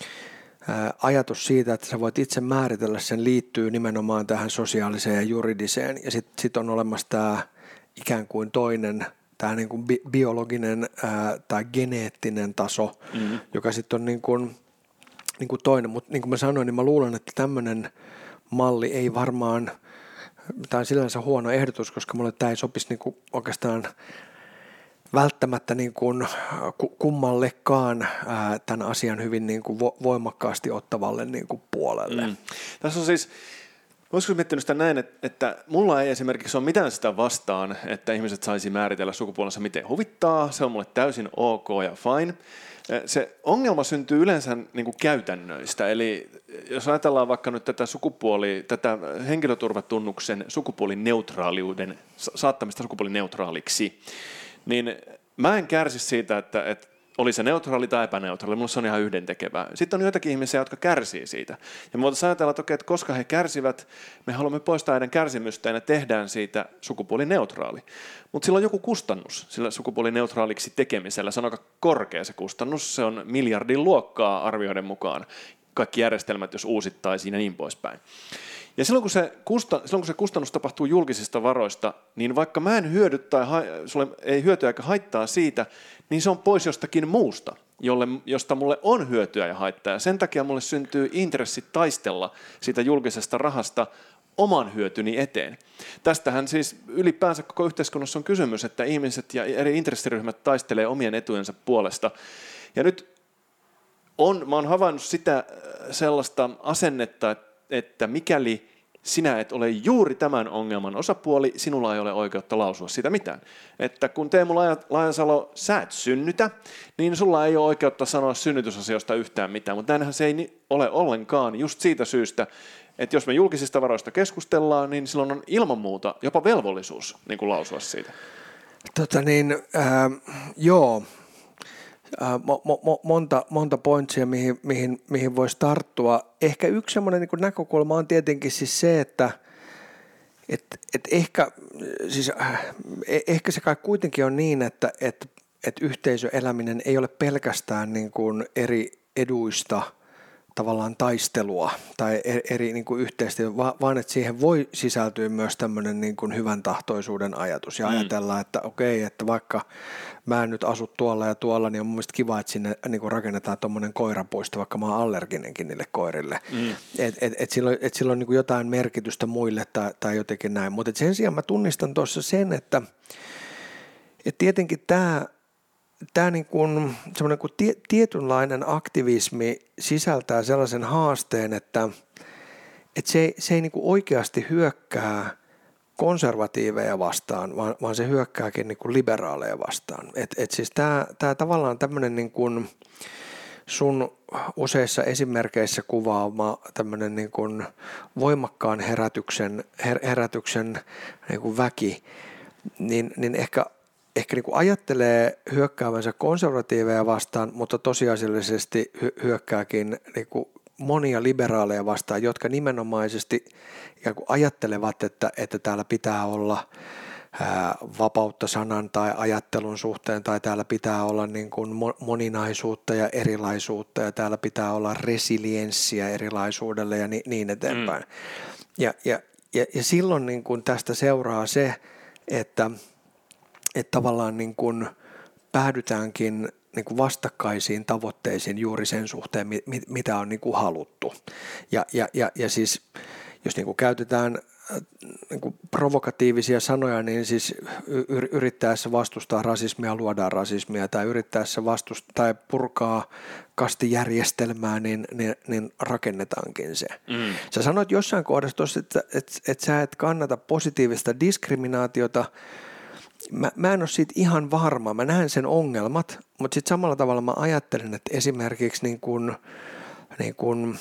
ää, ajatus siitä, että sä voit itse määritellä, sen liittyy nimenomaan tähän sosiaaliseen ja juridiseen. Ja sitten sit on olemassa tämä ikään kuin toinen, tämä niin kuin bi- biologinen ää, tai geneettinen taso, mm-hmm. joka sitten on niin kuin, niin kuin toinen. Mutta niin kuin mä sanoin, niin mä luulen, että tämmöinen malli ei varmaan, tämä on sillänsä huono ehdotus, koska mulle tämä ei sopisi niin kuin oikeastaan välttämättä niin kuin kummallekaan ää, tämän asian hyvin niin kuin voimakkaasti ottavalle niin kuin puolelle. Mm. Tässä on siis, voisiko miettinyt sitä näin, että, että mulla ei esimerkiksi ole mitään sitä vastaan, että ihmiset saisi määritellä sukupuolensa miten huvittaa, se on mulle täysin ok ja fine. Se ongelma syntyy yleensä niin kuin käytännöistä, eli jos ajatellaan vaikka nyt tätä sukupuoli, tätä henkilöturvatunnuksen sukupuolineutraaliuden saattamista sukupuolineutraaliksi, niin mä en kärsi siitä, että, että oli se neutraali tai epäneutraali, minusta se on ihan yhdentekevää. Sitten on joitakin ihmisiä, jotka kärsii siitä. Ja me voitaisiin ajatella, että, okei, että koska he kärsivät, me haluamme poistaa heidän kärsimystään ja tehdään siitä sukupuolineutraali. Mutta sillä on joku kustannus sillä sukupuolineutraaliksi tekemisellä. Se on aika korkea se kustannus, se on miljardin luokkaa arvioiden mukaan. Kaikki järjestelmät, jos uusittaisiin ja niin poispäin. Ja silloin kun, se kusta, silloin kun se kustannus tapahtuu julkisista varoista, niin vaikka mä en hyödy tai ha, sulle ei hyötyä eikä haittaa siitä, niin se on pois jostakin muusta, jolle, josta mulle on hyötyä ja haittaa. Ja sen takia mulle syntyy intressi taistella siitä julkisesta rahasta oman hyötyni eteen. Tästähän siis ylipäänsä koko yhteiskunnassa on kysymys, että ihmiset ja eri intressiryhmät taistelee omien etujensa puolesta. Ja nyt on, mä oon havainnut sitä sellaista asennetta, että mikäli sinä et ole juuri tämän ongelman osapuoli, sinulla ei ole oikeutta lausua siitä mitään. Että kun Teemu Laajasalo, sä et synnytä, niin sulla ei ole oikeutta sanoa synnytysasioista yhtään mitään, mutta näinhän se ei ole ollenkaan just siitä syystä, että jos me julkisista varoista keskustellaan, niin silloin on ilman muuta jopa velvollisuus niin kuin lausua siitä. Tota niin, äh, joo, äh, mo, mo, monta, monta pointsia, mihin, mihin, mihin voisi tarttua. Ehkä yksi semmoinen niin kuin näkökulma on tietenkin siis se, että et, et ehkä, siis, äh, ehkä se kai kuitenkin on niin, että et, et yhteisöeläminen ei ole pelkästään niin kuin eri eduista tavallaan taistelua tai eri niin kuin yhteistyö, vaan että siihen voi sisältyä myös tämmöinen niin kuin hyvän tahtoisuuden ajatus ja mm. ajatellaan, että okei, että vaikka mä en nyt asu tuolla ja tuolla, niin on mun mielestä kiva, että sinne niin kuin rakennetaan tuommoinen koirapuisto, vaikka mä oon allerginenkin niille koirille. Mm. Että et, et sillä, et sillä on niin kuin jotain merkitystä muille tai, tai jotenkin näin, mutta sen sijaan mä tunnistan tuossa sen, että et tietenkin tämä Tämä niin kuin, semmoinen kuin tie, tietynlainen aktivismi sisältää sellaisen haasteen, että, että se, se ei niin kuin oikeasti hyökkää konservatiiveja vastaan, vaan, vaan se hyökkääkin niin kuin liberaaleja vastaan. Et, et siis tämä, tämä tavallaan tämmöinen niin kuin sun useissa esimerkkeissä kuvaama tämmöinen niin kuin voimakkaan herätyksen, her, herätyksen niin kuin väki, niin, niin ehkä ehkä niin kuin ajattelee hyökkäävänsä konservatiiveja vastaan, mutta tosiasiallisesti hyökkääkin niin kuin monia liberaaleja vastaan, jotka nimenomaisesti ikään kuin ajattelevat, että, että täällä pitää olla ää, vapautta sanan tai ajattelun suhteen, tai täällä pitää olla niin kuin moninaisuutta ja erilaisuutta, ja täällä pitää olla resilienssiä erilaisuudelle ja niin, niin eteenpäin. Mm. Ja, ja, ja, ja silloin niin kuin tästä seuraa se, että että tavallaan niin kuin päädytäänkin niin kuin vastakkaisiin tavoitteisiin juuri sen suhteen, mitä on niin kuin haluttu. Ja, ja, ja, ja siis jos niin kuin käytetään niin kuin provokatiivisia sanoja, niin siis yrittäessä vastustaa rasismia, luodaan rasismia, tai yrittäessä vastustaa tai purkaa kastijärjestelmää, niin, niin, niin rakennetaankin se. Mm. Sä sanoit jossain kohdassa tuossa, että, että, että sä et kannata positiivista diskriminaatiota. Mä, mä en ole siitä ihan varma. Mä näen sen ongelmat, mutta sitten samalla tavalla mä ajattelen, että esimerkiksi niin kun, niin kun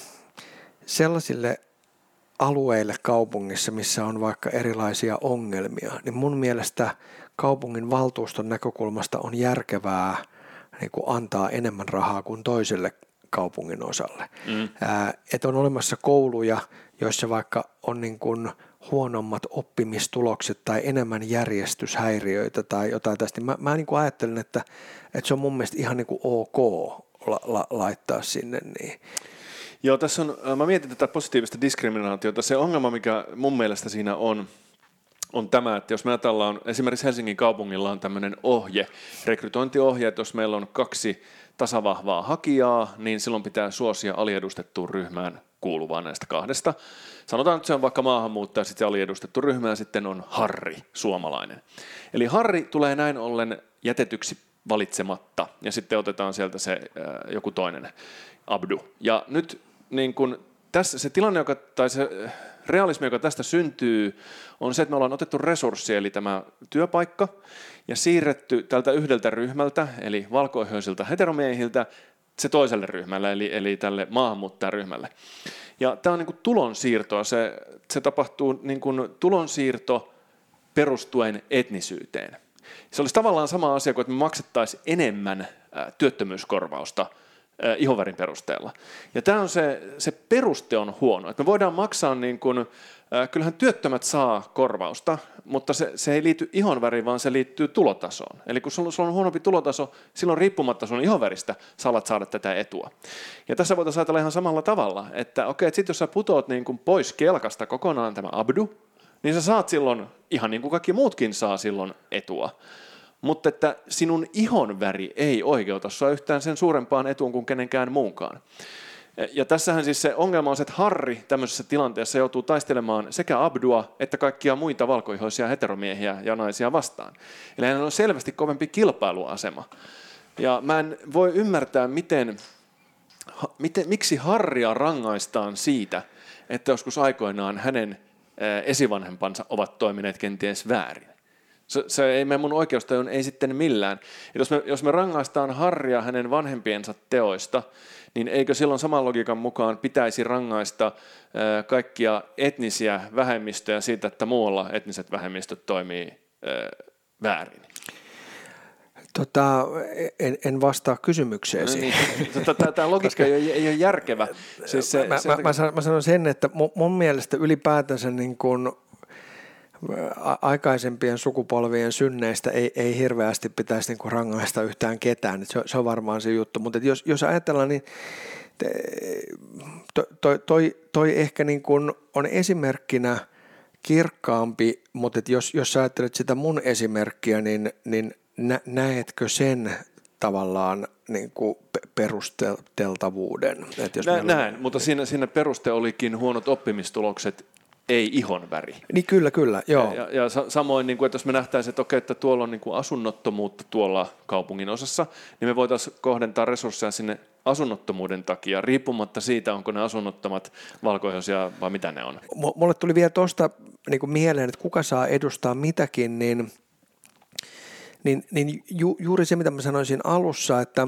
sellaisille alueille kaupungissa, missä on vaikka erilaisia ongelmia, niin mun mielestä kaupungin valtuuston näkökulmasta on järkevää niin kun antaa enemmän rahaa kuin toiselle kaupungin osalle. Mm. Ää, että on olemassa kouluja, joissa vaikka on niin kun huonommat oppimistulokset tai enemmän järjestyshäiriöitä tai jotain tästä. Mä, mä niin kuin ajattelen, että, että se on mun mielestä ihan niin kuin ok la, la, laittaa sinne. Niin. Joo, tässä on, mä mietin tätä positiivista diskriminaatiota. Se ongelma, mikä mun mielestä siinä on, on tämä, että jos me ajatellaan, esimerkiksi Helsingin kaupungilla on tämmöinen ohje, rekrytointiohje, että jos meillä on kaksi tasavahvaa hakijaa, niin silloin pitää suosia aliedustettuun ryhmään kuuluvaa näistä kahdesta. Sanotaan, että se on vaikka maahanmuuttaja, sitten se aliedustettu ryhmä ja sitten on Harri, suomalainen. Eli Harri tulee näin ollen jätetyksi valitsematta ja sitten otetaan sieltä se äh, joku toinen, Abdu. Ja nyt niin kun tässä se tilanne, joka, tai se realismi, joka tästä syntyy, on se, että me ollaan otettu resurssi, eli tämä työpaikka, ja siirretty tältä yhdeltä ryhmältä, eli valkoihoisilta heteromiehiltä, se toiselle ryhmälle, eli, eli tälle maahanmuuttajaryhmälle. Ja tämä on niin kuin tulonsiirtoa, se, se tapahtuu niin kuin tulonsiirto perustuen etnisyyteen. Se olisi tavallaan sama asia kuin, että me maksettaisiin enemmän työttömyyskorvausta ihonvärin perusteella. Ja tämä on se, se peruste on huono, että me voidaan maksaa niin kuin, kyllähän työttömät saa korvausta, mutta se, se ei liity ihonväriin, vaan se liittyy tulotasoon. Eli kun sulla on huonompi tulotaso, silloin riippumatta sun ihonväristä sä alat saada tätä etua. Ja tässä voitaisiin ajatella ihan samalla tavalla, että okei, että sitten jos sä putoat niin kuin pois kelkasta kokonaan tämä Abdu, niin sä saat silloin, ihan niin kuin kaikki muutkin saa silloin etua. Mutta että sinun ihonväri ei oikeuta sua yhtään sen suurempaan etuun kuin kenenkään muunkaan. Ja tässähän siis se ongelma on se, että Harri tämmöisessä tilanteessa joutuu taistelemaan sekä Abdua että kaikkia muita valkoihoisia heteromiehiä ja naisia vastaan. Eli hänellä on selvästi kovempi kilpailuasema. Ja mä en voi ymmärtää, miten, miten, miksi Harria rangaistaan siitä, että joskus aikoinaan hänen esivanhempansa ovat toimineet kenties väärin. Se, se ei mene mun oikeustajun, ei sitten millään. Jos me, jos me rangaistaan Harria hänen vanhempiensa teoista, niin eikö silloin saman logiikan mukaan pitäisi rangaista ää, kaikkia etnisiä vähemmistöjä siitä, että muualla etniset vähemmistöt toimii ää, väärin? Tota, en, en vastaa kysymykseesi. No niin. Tämä logiikka ei, ei ole järkevä. Siis se, mä, se, mä, mä, sanon, mä sanon sen, että mun mielestä ylipäätänsä niin kuin aikaisempien sukupolvien synneistä ei, ei hirveästi pitäisi niin kuin rangaista yhtään ketään. Se, se on varmaan se juttu. Mutta jos, jos ajatellaan, niin toi, toi, toi ehkä niin kuin on esimerkkinä kirkkaampi, mutta jos, jos ajattelet sitä mun esimerkkiä, niin, niin näetkö sen tavallaan niin kuin perusteltavuuden? Että jos Nä, näin, on, mutta siinä, siinä peruste olikin huonot oppimistulokset, ei ihonväri. Niin kyllä, kyllä, joo. Ja, ja samoin, niin kuin, että jos me nähtäisiin, että, okei, että tuolla on niin kuin asunnottomuutta tuolla kaupungin osassa, niin me voitaisiin kohdentaa resursseja sinne asunnottomuuden takia, riippumatta siitä, onko ne asunnottomat valkoihoisia vai mitä ne on. Mulle tuli vielä tuosta niin kuin mieleen, että kuka saa edustaa mitäkin, niin Niin, niin ju, juuri se, mitä mä sanoisin alussa, että,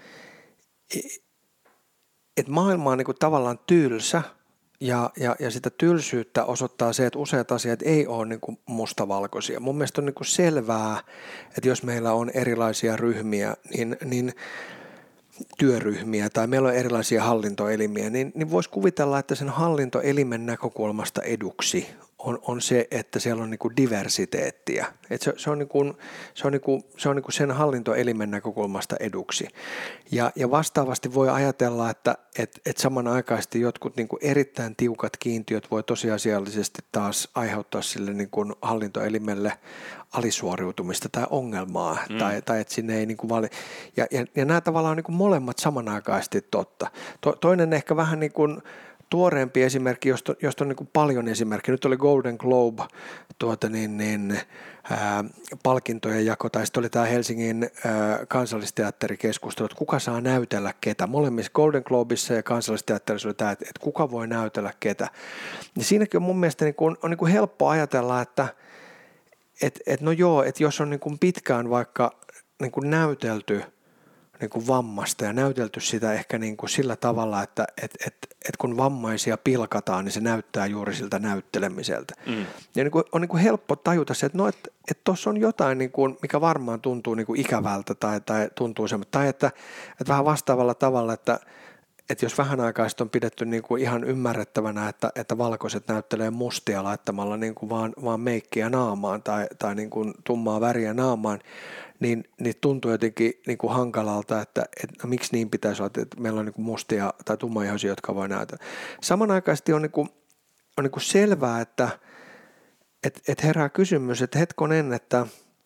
että maailma on niin kuin tavallaan tylsä ja, ja, ja sitä tylsyyttä osoittaa se, että useat asiat ei ole niin kuin mustavalkoisia. Mun mielestä on niin kuin selvää, että jos meillä on erilaisia ryhmiä, niin, niin työryhmiä tai meillä on erilaisia hallintoelimiä, niin, niin voisi kuvitella, että sen hallintoelimen näkökulmasta eduksi on, on se, että siellä on niin kuin diversiteettiä. Et se, se on, niin kuin, se on, niin kuin, se on niin kuin sen hallintoelimen näkökulmasta eduksi. Ja, ja vastaavasti voi ajatella, että et, et samanaikaisesti jotkut niin kuin erittäin tiukat kiintiöt voi tosiasiallisesti taas aiheuttaa sille niin kuin hallintoelimelle alisuoriutumista tai ongelmaa, mm. tai, tai että sinne ei niin kuin vali... Ja, ja, ja nämä tavallaan on niin kuin molemmat samanaikaisesti totta. To, toinen ehkä vähän niin kuin tuoreempi esimerkki, josta, josta on niin kuin paljon esimerkkejä. Nyt oli Golden Globe tuota niin, niin, ää, palkintojen jako, tai sitten oli tämä Helsingin ää, kansallisteatterikeskustelu, että kuka saa näytellä ketä. Molemmissa Golden Globeissa ja kansallisteatterissa oli tämä, että, että kuka voi näytellä ketä. Ja siinäkin on mun mielestä niin kuin, on niin kuin helppo ajatella, että et, et no joo, että jos on niin kuin pitkään vaikka niin kuin näytelty niin kuin vammasta ja näytelty sitä ehkä niin kuin sillä tavalla, että et, et, et kun vammaisia pilkataan, niin se näyttää juuri siltä näyttelemiseltä. Mm. Ja niin kuin, on niin kuin helppo tajuta se, että no, et, et tuossa on jotain, niin kuin, mikä varmaan tuntuu niin kuin ikävältä tai, tai tuntuu semmoista, tai että, että vähän vastaavalla tavalla, että että jos vähän aikaa sitten on pidetty niin kuin ihan ymmärrettävänä, että, että valkoiset näyttelee mustia laittamalla niin kuin vaan, vaan meikkiä naamaan tai, tai niin kuin tummaa väriä naamaan, niin, niin tuntuu jotenkin niin kuin hankalalta, että, että no, miksi niin pitäisi olla, että meillä on niin kuin mustia tai tummaihoisia, jotka voi näytellä. Samanaikaisesti on, niin kuin, on niin kuin selvää, että, että, että herää kysymys, että hetkonen, että,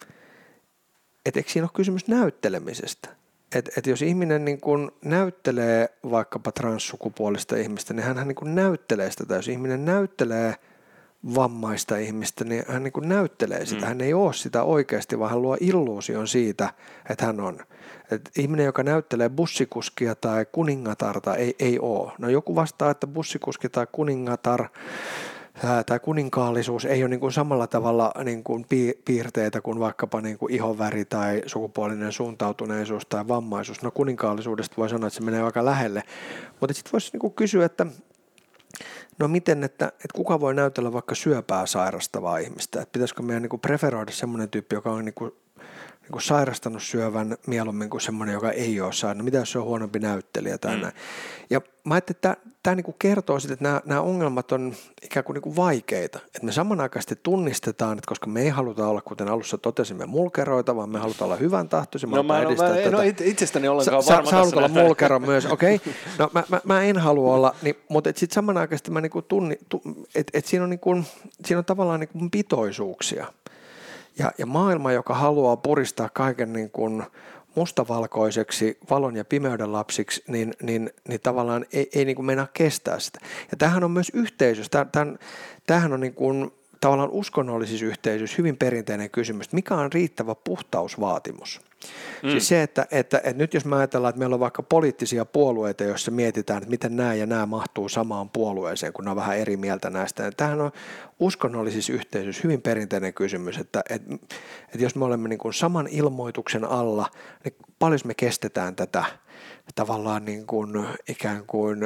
että eikö siinä ole kysymys näyttelemisestä? Että et jos ihminen niin kun näyttelee vaikkapa transsukupuolista ihmistä, niin hän niin kun näyttelee sitä. Tai jos ihminen näyttelee vammaista ihmistä, niin hän niin kun näyttelee sitä. Mm. Hän ei ole sitä oikeasti, vaan hän luo illuusion siitä, että hän on. Et ihminen, joka näyttelee bussikuskia tai kuningatarta, ei, ei ole. No joku vastaa, että bussikuski tai kuningatar tai kuninkaallisuus ei ole niin kuin samalla tavalla niin kuin piirteitä kuin vaikkapa niin kuin ihonväri tai sukupuolinen suuntautuneisuus tai vammaisuus. No kuninkaallisuudesta voi sanoa, että se menee aika lähelle, mutta sitten voisi niin kuin kysyä, että no miten, että, että kuka voi näytellä vaikka syöpää sairastavaa ihmistä, että pitäisikö meidän niin kuin preferoida semmoinen tyyppi, joka on niin kuin niin kuin sairastanut syövän mieluummin kuin semmoinen, joka ei ole saanut. No mitä jos se on huonompi näyttelijä tai mm. näin. Ja mä ajattelin, että tämä, tämä niin kuin kertoo sitten, että nämä, nämä ongelmat on ikään kuin, niin kuin vaikeita. Että me samanaikaisesti tunnistetaan, että koska me ei haluta olla, kuten alussa totesimme, mulkeroita, vaan me halutaan olla hyvän tahtoisia. No mä en, edistää mä en tätä. ole itsestäni ollenkaan Sa, varma. Sä haluat olla mulkero myös, okei. Okay. No mä, mä, mä en halua olla, niin, mutta sitten samanaikaisesti mä niin kuin tunni, tu, että et siinä, on niin kuin, siinä on tavallaan niin kuin pitoisuuksia. Ja, ja maailma, joka haluaa puristaa kaiken niin kuin mustavalkoiseksi, valon ja pimeyden lapsiksi, niin, niin, niin tavallaan ei, ei niin kuin meinaa kestää sitä. Ja tämähän on myös yhteisössä. Tämän, tämähän on niin kuin, tavallaan uskonnollisissa yhteisöissä hyvin perinteinen kysymys. Mikä on riittävä puhtausvaatimus? Mm. Siis se, että, että, että nyt jos me ajatellaan, että meillä on vaikka poliittisia puolueita, joissa mietitään, että miten nämä ja nämä mahtuu samaan puolueeseen, kun ne on vähän eri mieltä näistä. Tämähän on uskonnollisissa yhteisöissä hyvin perinteinen kysymys, että, että, että jos me olemme niin kuin saman ilmoituksen alla, niin paljon me kestetään tätä tavallaan niin kuin ikään kuin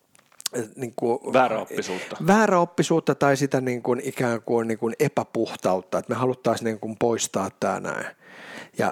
niin kuin vääräoppisuutta. Vääräoppisuutta tai sitä niin kuin ikään kuin, niin kuin epäpuhtautta, että me haluttaisiin niin kuin poistaa tämä näin. Ja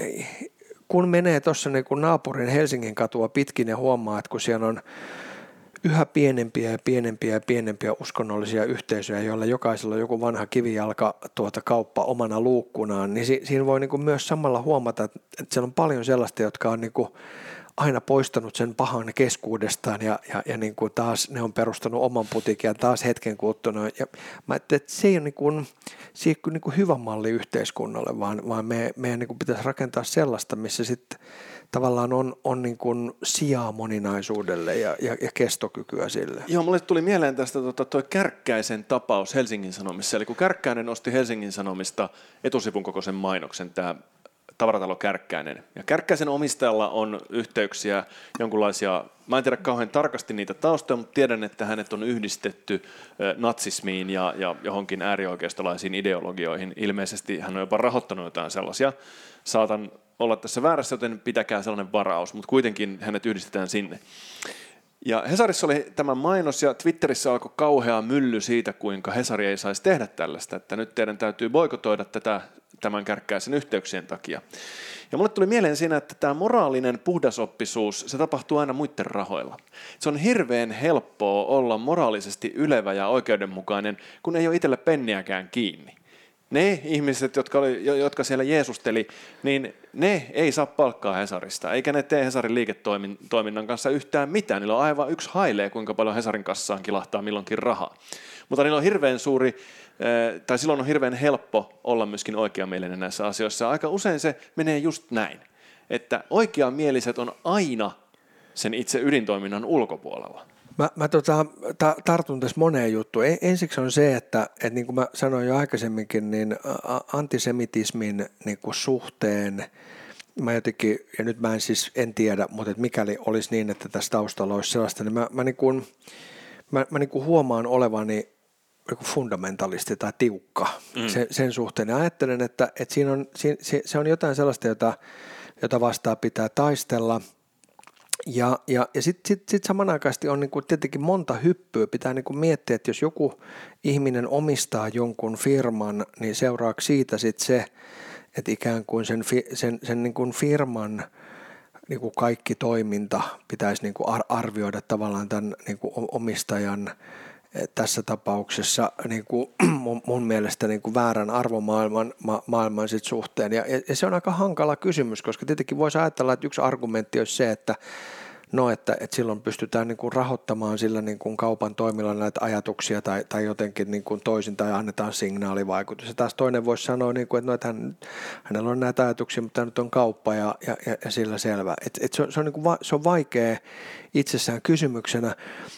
kun menee tuossa niin kuin naapurin Helsingin katua pitkin ja huomaa, että kun siellä on yhä pienempiä ja pienempiä ja pienempiä uskonnollisia yhteisöjä, joilla jokaisella on joku vanha kivijalka tuota kauppa omana luukkunaan, niin si- siinä voi niin kuin myös samalla huomata, että siellä on paljon sellaista, jotka on niin kuin aina poistanut sen pahan keskuudestaan ja, ja, ja niin kuin taas ne on perustanut oman putikin ja taas hetken kuluttua. Ja mä ajattelin, että se ei ole, niin kuin, se ei ole niin kuin hyvä malli yhteiskunnalle, vaan, vaan me, meidän niin kuin pitäisi rakentaa sellaista, missä sitten tavallaan on, on niin kuin sijaa moninaisuudelle ja, ja, ja kestokykyä sille. Joo, mulle tuli mieleen tästä tota, toi Kärkkäisen tapaus Helsingin Sanomissa. Eli kun Kärkkäinen osti Helsingin Sanomista etusivun kokoisen mainoksen, tämä tavaratalo Kärkkäinen. Ja Kärkkäisen omistajalla on yhteyksiä jonkunlaisia, mä en tiedä kauhean tarkasti niitä taustoja, mutta tiedän, että hänet on yhdistetty natsismiin ja, ja johonkin äärioikeistolaisiin ideologioihin. Ilmeisesti hän on jopa rahoittanut jotain sellaisia. Saatan olla tässä väärässä, joten pitäkää sellainen varaus, mutta kuitenkin hänet yhdistetään sinne. Ja Hesarissa oli tämä mainos ja Twitterissä alkoi kauhea mylly siitä, kuinka Hesari ei saisi tehdä tällaista, että nyt teidän täytyy boikotoida tätä tämän Kärkkäisen yhteyksien takia. Ja mulle tuli mieleen siinä, että tämä moraalinen puhdasoppisuus, se tapahtuu aina muiden rahoilla. Se on hirveän helppoa olla moraalisesti ylevä ja oikeudenmukainen, kun ei ole itselle penniäkään kiinni. Ne ihmiset, jotka, oli, jotka siellä Jeesusteli, niin ne ei saa palkkaa Hesarista, eikä ne tee Hesarin liiketoiminnan kanssa yhtään mitään. Niillä on aivan yksi hailee, kuinka paljon Hesarin kassaan kilahtaa milloinkin rahaa. Mutta niillä on hirveän suuri, tai silloin on hirveän helppo olla myöskin oikeamielinen näissä asioissa. Aika usein se menee just näin, että oikeamieliset on aina sen itse ydintoiminnan ulkopuolella. Mä, mä tota, ta, tartun tässä moneen juttuun. Ensiksi on se, että, että niin kuin mä sanoin jo aikaisemminkin, niin antisemitismin niin kuin suhteen, mä jotenkin, ja nyt mä en siis en tiedä, mutta että mikäli olisi niin, että tässä taustalla olisi sellaista, niin mä, mä, niin kuin, mä, mä niin kuin huomaan olevani niin kuin fundamentalisti tai tiukka mm. sen, sen suhteen. Ja ajattelen, että, että siinä on, se, se on jotain sellaista, jota, jota vastaan pitää taistella. Ja, ja, ja sitten sit, sit samanaikaisesti on niinku tietenkin monta hyppyä. Pitää niinku miettiä, että jos joku ihminen omistaa jonkun firman, niin seuraako siitä sitten se, että ikään kuin sen, sen, sen niinku firman niinku kaikki toiminta pitäisi niinku arvioida tavallaan tämän niinku omistajan tässä tapauksessa niinku mun mielestä niinku väärän arvomaailman ma, maailman sit suhteen. Ja, ja se on aika hankala kysymys, koska tietenkin voisi ajatella, että yksi argumentti olisi se, että no, että, että silloin pystytään niin kuin rahoittamaan sillä niin kuin kaupan toimilla näitä ajatuksia tai, tai jotenkin niin kuin toisin tai annetaan signaalivaikutus. Ja taas toinen voisi sanoa, niin kuin, että, no, että hän, hänellä on näitä ajatuksia, mutta tämä nyt on kauppa ja, ja, ja sillä selvä. Et, et se, on, se, on niin kuin va, se on vaikea itsessään kysymyksenä.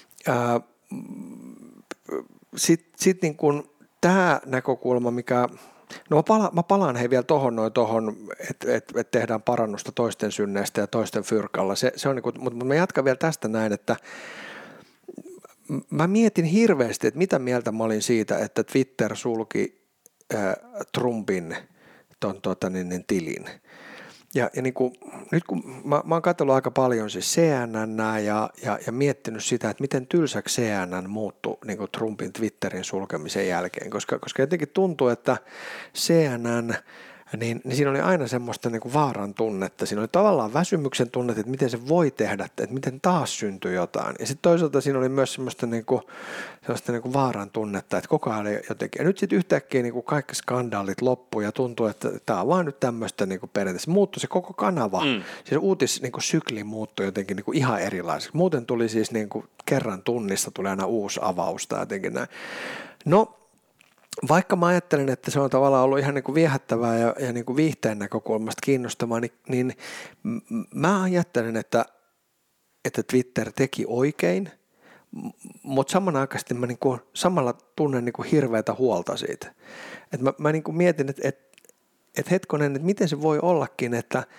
Sitten sit niin kuin tämä näkökulma, mikä... No mä palaan, mä palaan hei vielä tohon noin tohon, että et, et tehdään parannusta toisten synneistä ja toisten fyrkalla. Se, se on niin kuin, mutta mä jatkan vielä tästä näin, että mä mietin hirveästi, että mitä mieltä mä olin siitä, että Twitter sulki äh, Trumpin ton, tota, niin, niin, tilin. Ja, ja niin kuin, nyt kun mä, mä oon katsellut aika paljon siis C N N ja, ja, ja miettinyt sitä, että miten tylsäksi C N N muuttui niin kuin Trumpin Twitterin sulkemisen jälkeen, koska, koska jotenkin tuntuu, että C N N, niin, niin siinä oli aina semmoista niin kuin vaaran tunnetta. Siinä oli tavallaan väsymyksen tunnetta, että miten se voi tehdä, että miten taas syntyy jotain. Ja sitten toisaalta siinä oli myös semmoista, niin kuin, semmoista niin kuin vaaran tunnetta, että koko ajan jotenkin. Ja nyt sitten yhtäkkiä niin kuin kaikki skandaalit loppuu ja tuntuu, että tämä on vaan nyt tämmöistä niin kuin periaatteessa. Muuttui se koko kanava. Mm. Siis uutis niin kuin sykli muuttui jotenkin niin kuin ihan erilaiseksi. Muuten tuli siis niin kuin kerran tunnissa tuli aina uusi avaus tai jotenkin näin. No, vaikka mä ajattelen, että se on tavallaan ollut ihan niin kuin viehättävää ja, ja niin kuin viihteen näkökulmasta kiinnostavaa, niin, niin mä ajattelen, että, että Twitter teki oikein, mutta samanaikaisesti mä niin kuin samalla tunnen niin kuin hirveätä huolta siitä. Et mä, mä niin kuin mietin, että, että, että hetkonen, että miten se voi ollakin, että,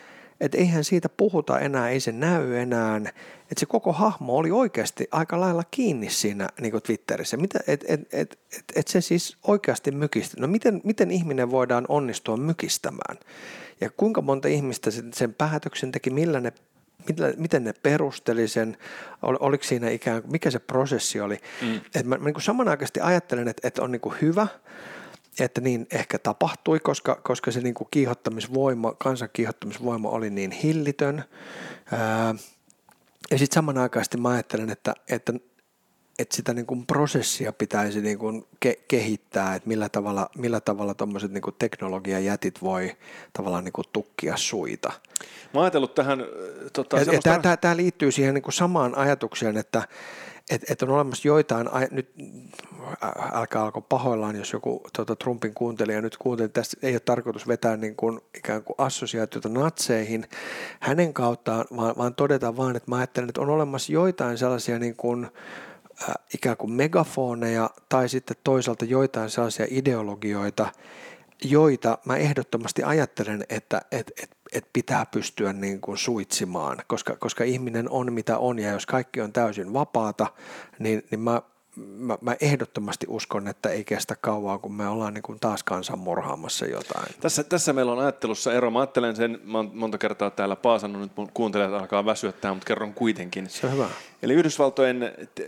että eihän siitä puhuta enää, ei se näy enää, että se koko hahmo oli oikeasti aika lailla kiinni siinä niin kuin Twitterissä, että et, et, et, et, et se siis oikeasti mykisti. No miten, miten ihminen voidaan onnistua mykistämään ja kuinka monta ihmistä sen, sen päätöksen teki, millä ne miten ne perusteli sen, ol, oliko siinä ikään kuin, mikä se prosessi oli. Mm. Että mä, mä niin kuin samanaikaisesti ajattelen, että, että on niin kuin hyvä, että niin ehkä tapahtui, koska, koska se niin kuin kiihottamisvoima, kansan kiihottamisvoima oli niin hillitön. Ää, ja sitten samanaikaisesti mä ajattelen, että, että, että sitä niin kuin prosessia pitäisi niin kuin ke, kehittää, että millä tavalla, millä tavalla tuommoiset niin kuin teknologiajätit voi tavallaan niin kuin tukkia suita. Mä oon ajatellut tähän... Tota, Tämä, tämä liittyy siihen niin kuin samaan ajatukseen, että et, et on olemassa joitain, nyt älkää alko pahoillaan, jos joku tuota, Trumpin kuuntelija nyt kuunteli, tästä ei ole tarkoitus vetää niin kuin, ikään kuin assosiaatiota natseihin hänen kauttaan, vaan, vaan todeta vaan, että mä ajattelen, että on olemassa joitain sellaisia niin kuin, äh, ikään kuin megafoneja tai sitten toisaalta joitain sellaisia ideologioita, joita mä ehdottomasti ajattelen, että et, et, et pitää pystyä niin kuin suitsimaan, koska, koska ihminen on mitä on ja jos kaikki on täysin vapaata, niin, niin mä, mä, mä ehdottomasti uskon, että ei kestä kauaa, kun me ollaan niin kuin taas kansan murhaamassa jotain. Tässä, tässä meillä on ajattelussa ero. Mä ajattelen sen, mä oon monta kertaa täällä paasannut, nyt mun kuuntelijat alkaa väsyä tähän, mutta kerron kuitenkin. Se on hyvä. Eli Yhdysvaltojen...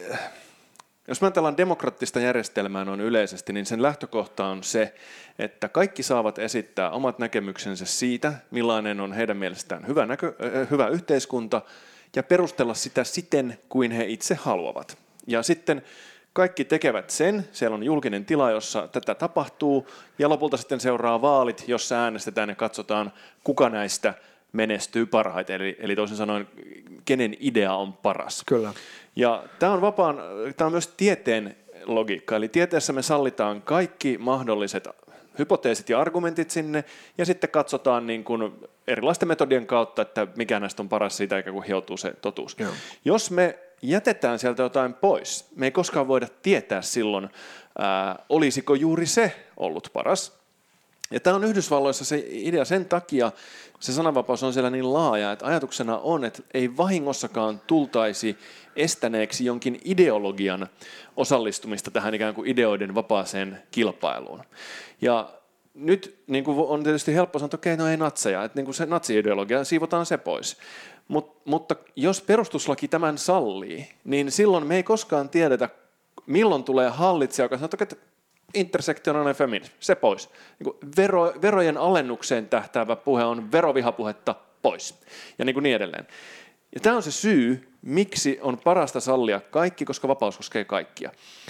Jos me ajatellaan demokraattista järjestelmää noin yleisesti, niin sen lähtökohta on se, että kaikki saavat esittää omat näkemyksensä siitä, millainen on heidän mielestään hyvä, näkö, äh, hyvä yhteiskunta, ja perustella sitä siten, kuin he itse haluavat. Ja sitten kaikki tekevät sen, siellä on julkinen tila, jossa tätä tapahtuu, ja lopulta sitten seuraa vaalit, jossa äänestetään ja katsotaan, kuka näistä menestyy parhaiten, eli, eli toisin sanoen, kenen idea on paras. Kyllä. Ja tämä on vapaan, tämä on myös tieteen logiikka, eli tieteessä me sallitaan kaikki mahdolliset hypoteesit ja argumentit sinne, ja sitten katsotaan niin kuin erilaisten metodien kautta, että mikä näistä on paras, siitä eikä kun hioutuu se totuus. Joo. Jos me jätetään sieltä jotain pois, me ei koskaan voida tietää silloin, ää, olisiko juuri se ollut paras. Ja tämä on Yhdysvalloissa se idea sen takia, se sananvapaus on siellä niin laaja, että ajatuksena on, että ei vahingossakaan tultaisi estäneeksi jonkin ideologian osallistumista tähän ikään kuin ideoiden vapaaseen kilpailuun. Ja nyt niin kuin on tietysti helppo sanoa, että okei, no ei natseja, että niin kuin se natsi-ideologia, siivotaan se pois. Mut, mutta jos perustuslaki tämän sallii, niin silloin me ei koskaan tiedetä, milloin tulee hallitsija, joka sanoo, että intersektionaalinen feminismi, se pois. Niin vero, verojen alennukseen tähtäävä puhe on verovihapuhetta pois ja niin, kuin niin edelleen. Ja tämä on se syy, miksi on parasta sallia kaikki, koska vapaus koskee kaikkia.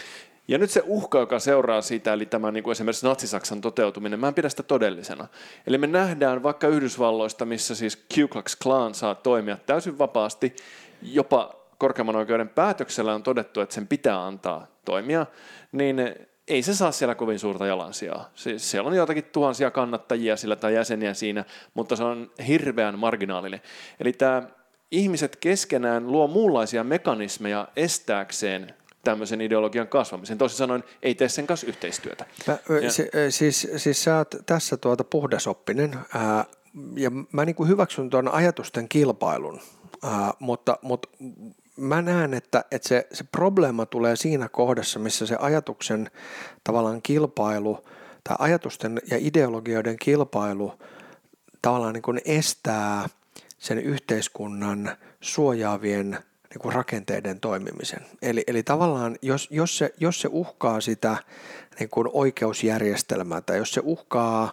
Ja nyt se uhka, joka seuraa siitä, eli tämä niin kuin esimerkiksi Natsi-Saksan toteutuminen, mä en pidä sitä todellisena. Eli me nähdään vaikka Yhdysvalloista, missä siis Ku Klux Klan saa toimia täysin vapaasti, jopa korkeimman oikeuden päätöksellä on todettu, että sen pitää antaa toimia, niin ei se saa siellä kovin suurta jalansijaa. Siis siellä on jotakin tuhansia kannattajia sillä tai jäseniä siinä, mutta se on hirveän marginaalinen. Eli tämä ihmiset keskenään luo muunlaisia mekanismeja estääkseen tämmöisen ideologian kasvamisen. Toisin sanoen ei tee sen kanssa yhteistyötä. Mä, se, siis, siis sä oot tässä tuota puhdasoppinen ää, ja mä niin kuin hyväksyn tuon ajatusten kilpailun, ää, mutta, mutta mä näen, että, että se, se probleema tulee siinä kohdassa, missä se ajatuksen tavallaan kilpailu tai ajatusten ja ideologioiden kilpailu tavallaan niin kuin estää sen yhteiskunnan suojaavien niin kuin rakenteiden toimimisen. Eli, eli tavallaan jos, jos, se, jos se uhkaa sitä niin kuin oikeusjärjestelmää tai jos se uhkaa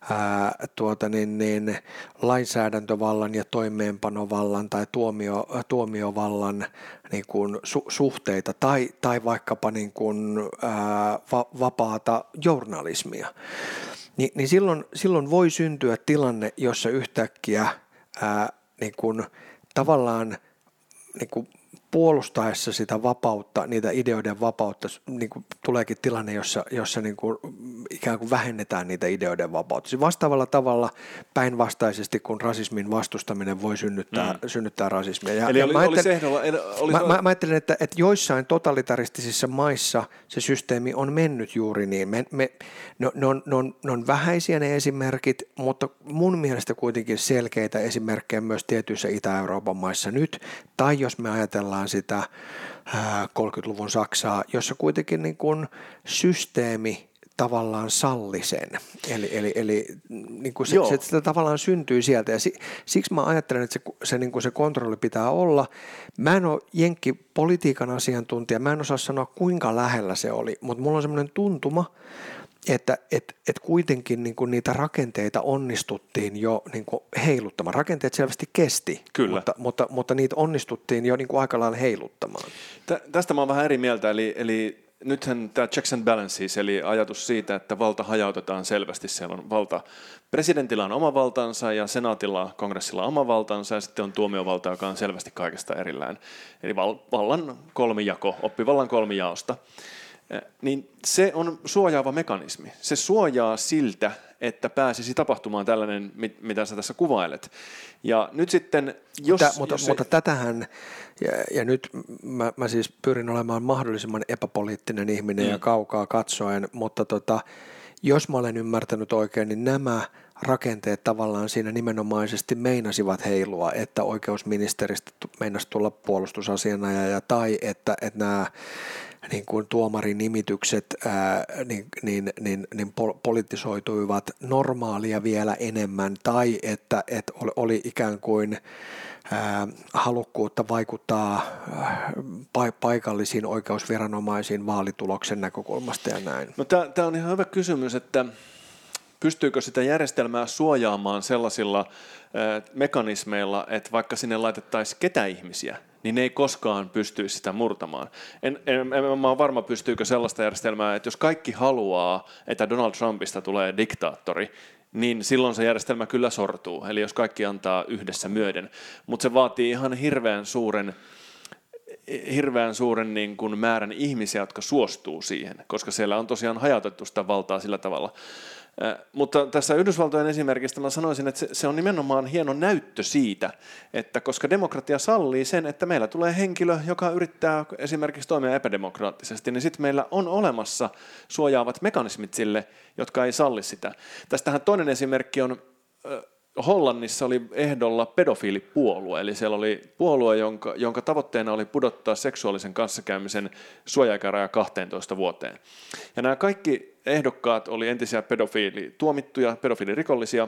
ää, tuota niin, niin, lainsäädäntövallan ja toimeenpanovallan tai tuomio, tuomiovallan niin kuin su, suhteita tai, tai vaikkapa niin kuin, ää, va, vapaata journalismia, niin, niin silloin, silloin voi syntyä tilanne, jossa yhtäkkiä ää, niin kuin, tavallaan niin kuin puolustaessa sitä vapautta, niitä ideoiden vapautta, niin kuin tuleekin tilanne, jossa, jossa niin kuin ikään kuin vähennetään niitä ideoiden vapautta. Siis vastaavalla tavalla päinvastaisesti, kun rasismin vastustaminen voi synnyttää, mm. synnyttää rasismia. Ja, Eli ja oli, mä, ajattelen, ehdolla, oli... mä, mä, mä ajattelen, että, että joissain totalitaristisissa maissa se systeemi on mennyt juuri niin. Me, me, ne, ne, on, ne, on, ne on vähäisiä ne esimerkit, mutta mun mielestä kuitenkin selkeitä esimerkkejä myös tietyissä Itä-Euroopan maissa nyt, tai jos me ajatellaan sitä kolmekymmentäluvun Saksaa, jossa kuitenkin niin kuin systeemi tavallaan salli sen. Eli, eli, eli niin kuin se, se, se tavallaan syntyy sieltä ja si, siksi mä ajattelen, että se, se, niin kuin se kontrolli pitää olla. Mä en ole jenkkipolitiikan asiantuntija, mä en osaa sanoa kuinka lähellä se oli, mutta mulla on semmoinen tuntuma, että et, et kuitenkin niin kuin niitä rakenteita onnistuttiin jo niin kuin heiluttamaan. Rakenteet selvästi kesti, Kyllä. Mutta, mutta, mutta niitä onnistuttiin jo niin kuin aika lailla heiluttamaan. Tä, tästä mä oon vähän eri mieltä, eli, eli nythän tämä checks and balances, eli ajatus siitä, että valta hajautetaan selvästi. Siellä on valta, presidentillä on oma valtansa ja senaatilla, kongressilla on oma valtansa ja sitten on tuomiovalta, joka on selvästi kaikesta erillään. Eli val, vallan kolmijako, oppivallan kolmijaosta. Niin se on suojaava mekanismi. Se suojaa siltä, että pääsisi tapahtumaan tällainen, mitä sä tässä kuvailet. Ja nyt sitten, jos... Mutta, mutta, jos mutta se... tätähän, ja, ja nyt mä, mä siis pyrin olemaan mahdollisimman epäpoliittinen ihminen mm. ja kaukaa katsoen, mutta tota, jos mä olen ymmärtänyt oikein, niin nämä rakenteet tavallaan siinä nimenomaisesti meinasivat heilua, että oikeusministeristä meinasi tulla puolustusasianajaja tai että, että nämä niin kuin tuomarin nimitykset ää, niin, niin, niin, niin politisoituivat normaalia vielä enemmän tai että, että oli ikään kuin ää, halukkuutta vaikuttaa ää, paikallisiin oikeusviranomaisiin vaalituloksen näkökulmasta ja näin. No, tämä on ihan hyvä kysymys, että pystyykö sitä järjestelmää suojaamaan sellaisilla ää, mekanismeilla, että vaikka sinne laitettaisiin ketä ihmisiä, niin ne ei koskaan pystyisi sitä murtamaan. En, en, en, en mä ole varma, pystyykö sellaista järjestelmää, että jos kaikki haluaa, että Donald Trumpista tulee diktaattori, niin silloin se järjestelmä kyllä sortuu. Eli jos kaikki antaa yhdessä myöden. Mutta se vaatii ihan hirveän suuren, hirveän suuren niin kuin määrän ihmisiä, jotka suostuu siihen, koska siellä on tosiaan hajautettu sitä valtaa sillä tavalla. Mutta tässä Yhdysvaltojen esimerkistä mä sanoisin, että se on nimenomaan hieno näyttö siitä, että koska demokratia sallii sen, että meillä tulee henkilö, joka yrittää esimerkiksi toimia epädemokraattisesti, niin sitten meillä on olemassa suojaavat mekanismit sille, jotka ei salli sitä. Tästähän toinen esimerkki on, Hollannissa oli ehdolla pedofiilipuolue, eli siellä oli puolue, jonka, jonka tavoitteena oli pudottaa seksuaalisen kanssakäymisen suoja-ikäraja kahteentoista vuoteen. Ja nämä kaikki ehdokkaat oli entisiä pedofiilituomittuja, pedofiilirikollisia.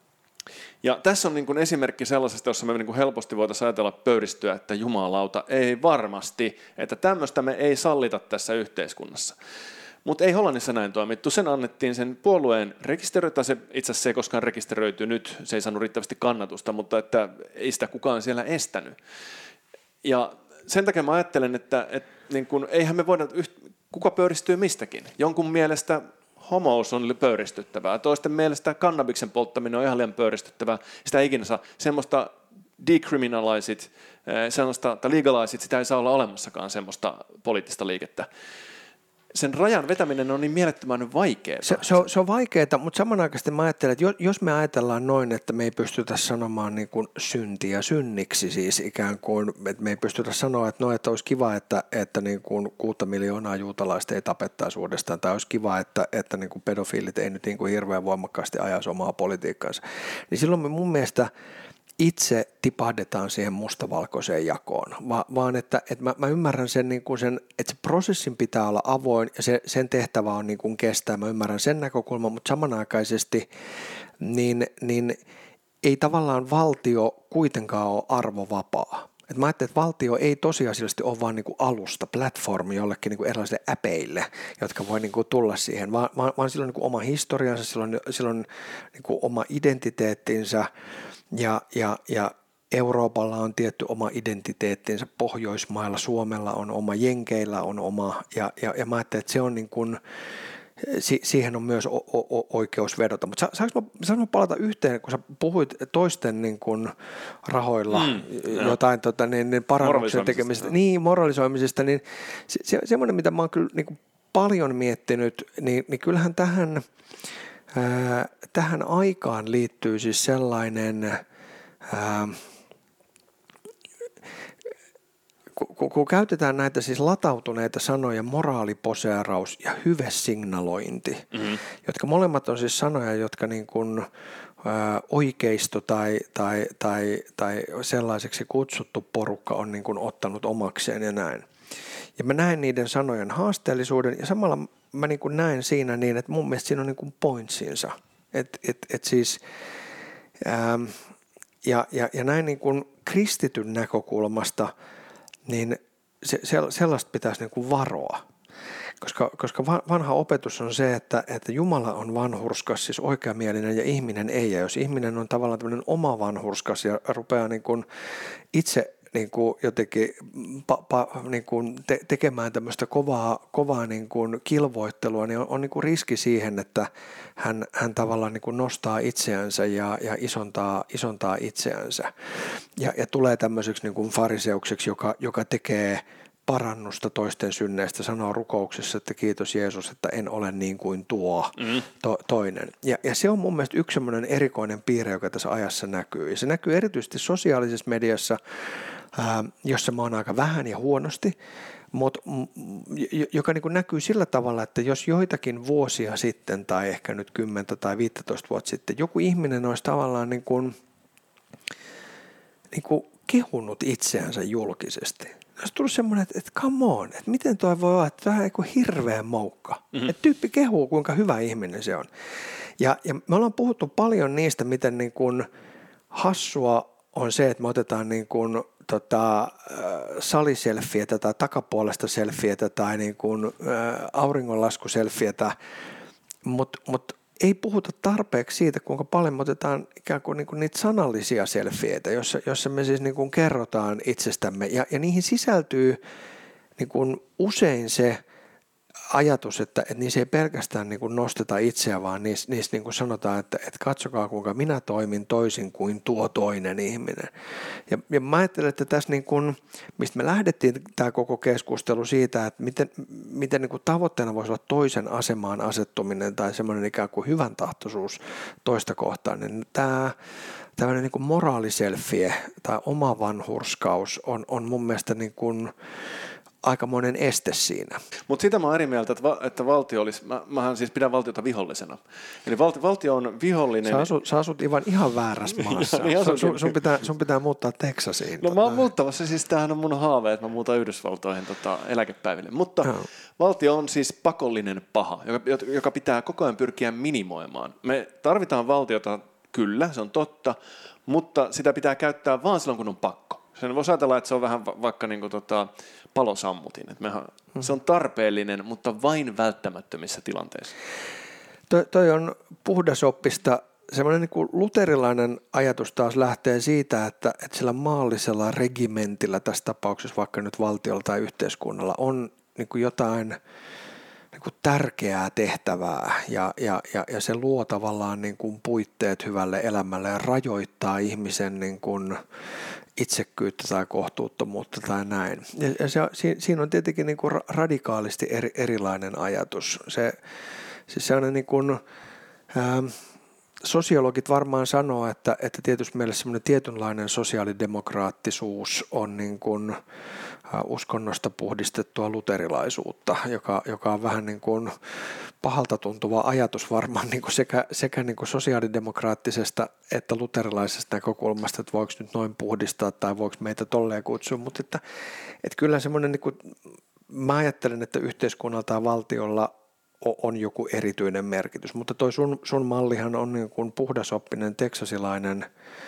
Ja tässä on niin kuin esimerkki sellaisesta, jossa me niin kuin helposti voitaisiin ajatella pöyristyä, että jumalauta, ei varmasti, että tämmöistä me ei sallita tässä yhteiskunnassa. Mutta ei Hollannissa näin toimittu. Sen annettiin sen puolueen rekisteröitä, se itse asiassa ei koskaan rekisteröity nyt, se ei saanut riittävästi kannatusta, mutta että ei sitä kukaan siellä estänyt. Ja sen takia mä ajattelen, että, että niin kun, eihän me voida, kuka pöyristyy mistäkin. Jonkun mielestä homous on pöyristyttävää, toisten mielestä kannabiksen polttaminen on ihan liian pöyristyttävää, sitä ei ikinä saa. Semmoista decriminalizeit, semmoista, tai legalizeit, sitä ei saa olla olemassakaan semmoista poliittista liikettä. Sen rajan vetäminen on niin mielettömän vaikeaa. Se, se, on, se on vaikeaa, mutta samanaikaisesti mä ajattelen, että jos me ajatellaan noin, että me ei pystytä sanomaan niin kuin syntiä synniksi, siis ikään kuin, että me ei pystytä sanoa, että, no, että olisi kiva, että, että niin kuin kuutta miljoonaa juutalaista ei tapettaisi uudestaan, tai olisi kiva, että, että niin kuin pedofiilit ei nyt niin kuin hirveän voimakkaasti ajaisi omaa politiikkaansa, niin silloin me mun mielestä itse tipahdetaan siihen mustavalkoiseen jakoon, Va, vaan että, että mä, mä ymmärrän sen, niin kuin sen, että se prosessin pitää olla avoin ja se, sen tehtävä on niin kuin kestää, mä ymmärrän sen näkökulman, mutta samanaikaisesti niin, niin ei tavallaan valtio kuitenkaan ole arvovapaa. Et mä ajattelin, että valtio ei tosiasiallisesti ole vain niinku alusta, platformi jollekin niinku erilaisille äpeille, jotka voi niinku tulla siihen, vaan, vaan sillä on niinku oma historiansa, sillä on, sillä on niinku oma identiteettinsä ja, ja, ja Euroopalla on tietty oma identiteettinsä, Pohjoismailla, Suomella on oma, Jenkeillä on oma ja, ja, ja mä ajattelin, että se on niin kuin si- siihen on myös o- o- oikeus vedota. Mutta sa- saanko mä, saanko mä palata yhteen, kun sä puhuit toisten niin kun rahoilla mm, jotain tota, niin, niin parannuksen tekemisestä, niin moralisoimisesta, niin se, se, semmoinen, mitä mä oon kyllä niin kuin paljon miettinyt, niin, niin kyllähän tähän, ää, tähän aikaan liittyy siis sellainen, ää, kun, kun käytetään näitä siis latautuneita sanoja moraaliposeeraus ja hyvesignalointi, mm-hmm. jotka molemmat on siis sanoja, jotka niin kuin, ää, oikeisto tai, tai, tai, tai sellaiseksi kutsuttu porukka on niin kuin ottanut omakseen ja näin. Ja mä näen niiden sanojen haasteellisuuden ja samalla mä niin kuin näen siinä niin, että mun mielestä siinä on niin kuin pointsinsa. Et, et, et siis, ää, ja, ja, ja näin niin kuin kristityn näkökulmasta niin se, sellaista pitäisi niin kuin varoa, koska, koska vanha opetus on se, että, että Jumala on vanhurskas, siis oikeamielinen ja ihminen ei. Ja jos ihminen on tavallaan tämmöinen oma vanhurskas ja rupeaa niin kuin itse niin kuin jotenkin pa, pa, niin kuin te, tekemään tämmöistä kovaa, kovaa niin kuin kilvoittelua, niin on, on niin kuin riski siihen, että hän, hän tavallaan niin kuin nostaa itseänsä ja, ja isontaa, isontaa itseänsä. Ja, ja tulee tämmöiseksi niin kuin fariseukseksi, joka, joka tekee parannusta toisten synneistä, sanoo rukouksessa, että kiitos Jeesus, että en ole niin kuin tuo mm. to, toinen. Ja, ja se on mun mielestä yksi semmoinen erikoinen piirre, joka tässä ajassa näkyy. Ja se näkyy erityisesti sosiaalisessa mediassa, ää, jossa mä oon aika vähän ja huonosti, mutta joka niin kuin näkyy sillä tavalla, että jos joitakin vuosia sitten tai ehkä nyt kymmentä tai viisitoista vuotta sitten joku ihminen olisi tavallaan niin kuin, niin kuin kehunut itseänsä julkisesti. Olisi tullut semmoinen, että, että come on, että miten toi voi olla, että tämä on hirveä moukka. Mm-hmm. Että tyyppi kehuu, kuinka hyvä ihminen se on. Ja, ja me ollaan puhuttu paljon niistä, miten niin kuin hassua on se, että me otetaan niin kuin tota, saliselfietä tai takapuolesta selfietä tai niin kuin, ä, auringonlaskuselfietä, mutta mut ei puhuta tarpeeksi siitä, kuinka paljon me otetaan ikään kuin, niin kuin niitä sanallisia selfieitä, jossa, jossa me siis niin kuin kerrotaan itsestämme. Ja, ja niihin sisältyy niin kuin usein se ajatus, että, että niissä ei pelkästään niin kuin nosteta itseä, vaan niissä, niissä niin kuin sanotaan, että, että katsokaa kuinka minä toimin toisin kuin tuo toinen ihminen. Ja, ja mä ajattelen, että tässä niin kuin, mistä me lähdettiin tämä koko keskustelu siitä, että miten, miten niin kuin tavoitteena voisi olla toisen asemaan asettuminen tai semmoinen ikään kuin hyvän tahtoisuus toista kohtaan, niin tämä tämmöinen niin kuin moraaliselfie tai oma vanhurskaus on, on mun mielestä niin kuin aikamoinen este siinä. Mutta sitä mä oon eri mieltä, että, va, että valtio olisi, mä, mähän siis pidän valtiota vihollisena. Eli valtio, valtio on vihollinen. Sä asut, sä asut Ivan ihan väärässä maassa. niin sun, sun, sun, pitää, sun pitää muuttaa Teksasiin. No tota. Mä oon muuttavassa, siis tämähän on mun haave, että mä muutan Yhdysvaltoihin tota, eläkepäiville. Mutta no. Valtio on siis pakollinen paha, joka, joka pitää koko ajan pyrkiä minimoimaan. Me tarvitaan valtiota, kyllä, se on totta, mutta sitä pitää käyttää vaan silloin, kun on pakko. Sen voisi ajatella, että se on vähän va- vaikka niin kuin tota, palosammutin. Että mehän, hmm. Se on tarpeellinen, mutta vain välttämättömissä tilanteissa. Toi, toi on puhdasoppista. Semmoinen niin kuin luterilainen ajatus taas lähtee siitä, että, että sillä maallisella regimentillä tässä tapauksessa, vaikka nyt valtiolla tai yhteiskunnalla, on niin kuin jotain niin kuin tärkeää tehtävää ja, ja, ja, ja se luo tavallaan niin kuin puitteet hyvälle elämälle ja rajoittaa ihmisen niin kuin itsekkyyttä tai kohtuuttomuutta tai näin. Ja se, siinä on tietenkin niin kuin radikaalisti eri, erilainen ajatus. Se, siis se on niin kuin, ää, sosiologit varmaan sanoo, että, että tietysti meillä semmoinen tietynlainen sosiaalidemokraattisuus on niin kuin uskonnosta puhdistettua luterilaisuutta, joka, joka on vähän niin kuin pahalta tuntuva ajatus varmaan niin kuin sekä, sekä niin kuin sosiaalidemokraattisesta että luterilaisesta näkökulmasta, että voiko nyt noin puhdistaa tai voiko meitä tolleen kutsua, mutta että, että kyllä semmoinen, niin kuin, mä ajattelen, että yhteiskunnalla tai valtiolla on joku erityinen merkitys, mutta toi sun, sun mallihan on niin kuin puhdasoppinen teksasilainen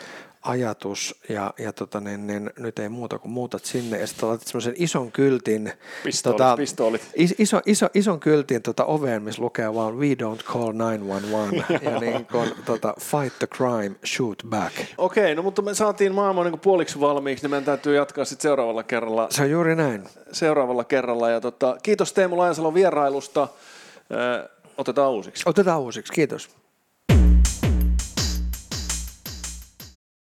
ajatus ja, ja tota, niin, niin, nyt ei muuta kuin muutat sinne ja sitten laitat semmoisen ison kyltin, pistoolit, tota, pistoolit. Iso, iso, ison kyltin tota, oveen, missä lukee vaan we don't call nine one one ja niin kuin, tota, fight the crime, shoot back. Okei, no mutta me saatiin maailman niin kuin puoliksi valmiiksi, niin meidän täytyy jatkaa sitten seuraavalla kerralla. Se on juuri näin. Seuraavalla kerralla ja tota, kiitos Teemu Lainsalo vierailusta. otetaan uusiksi. Otetaan uusiksi, kiitos.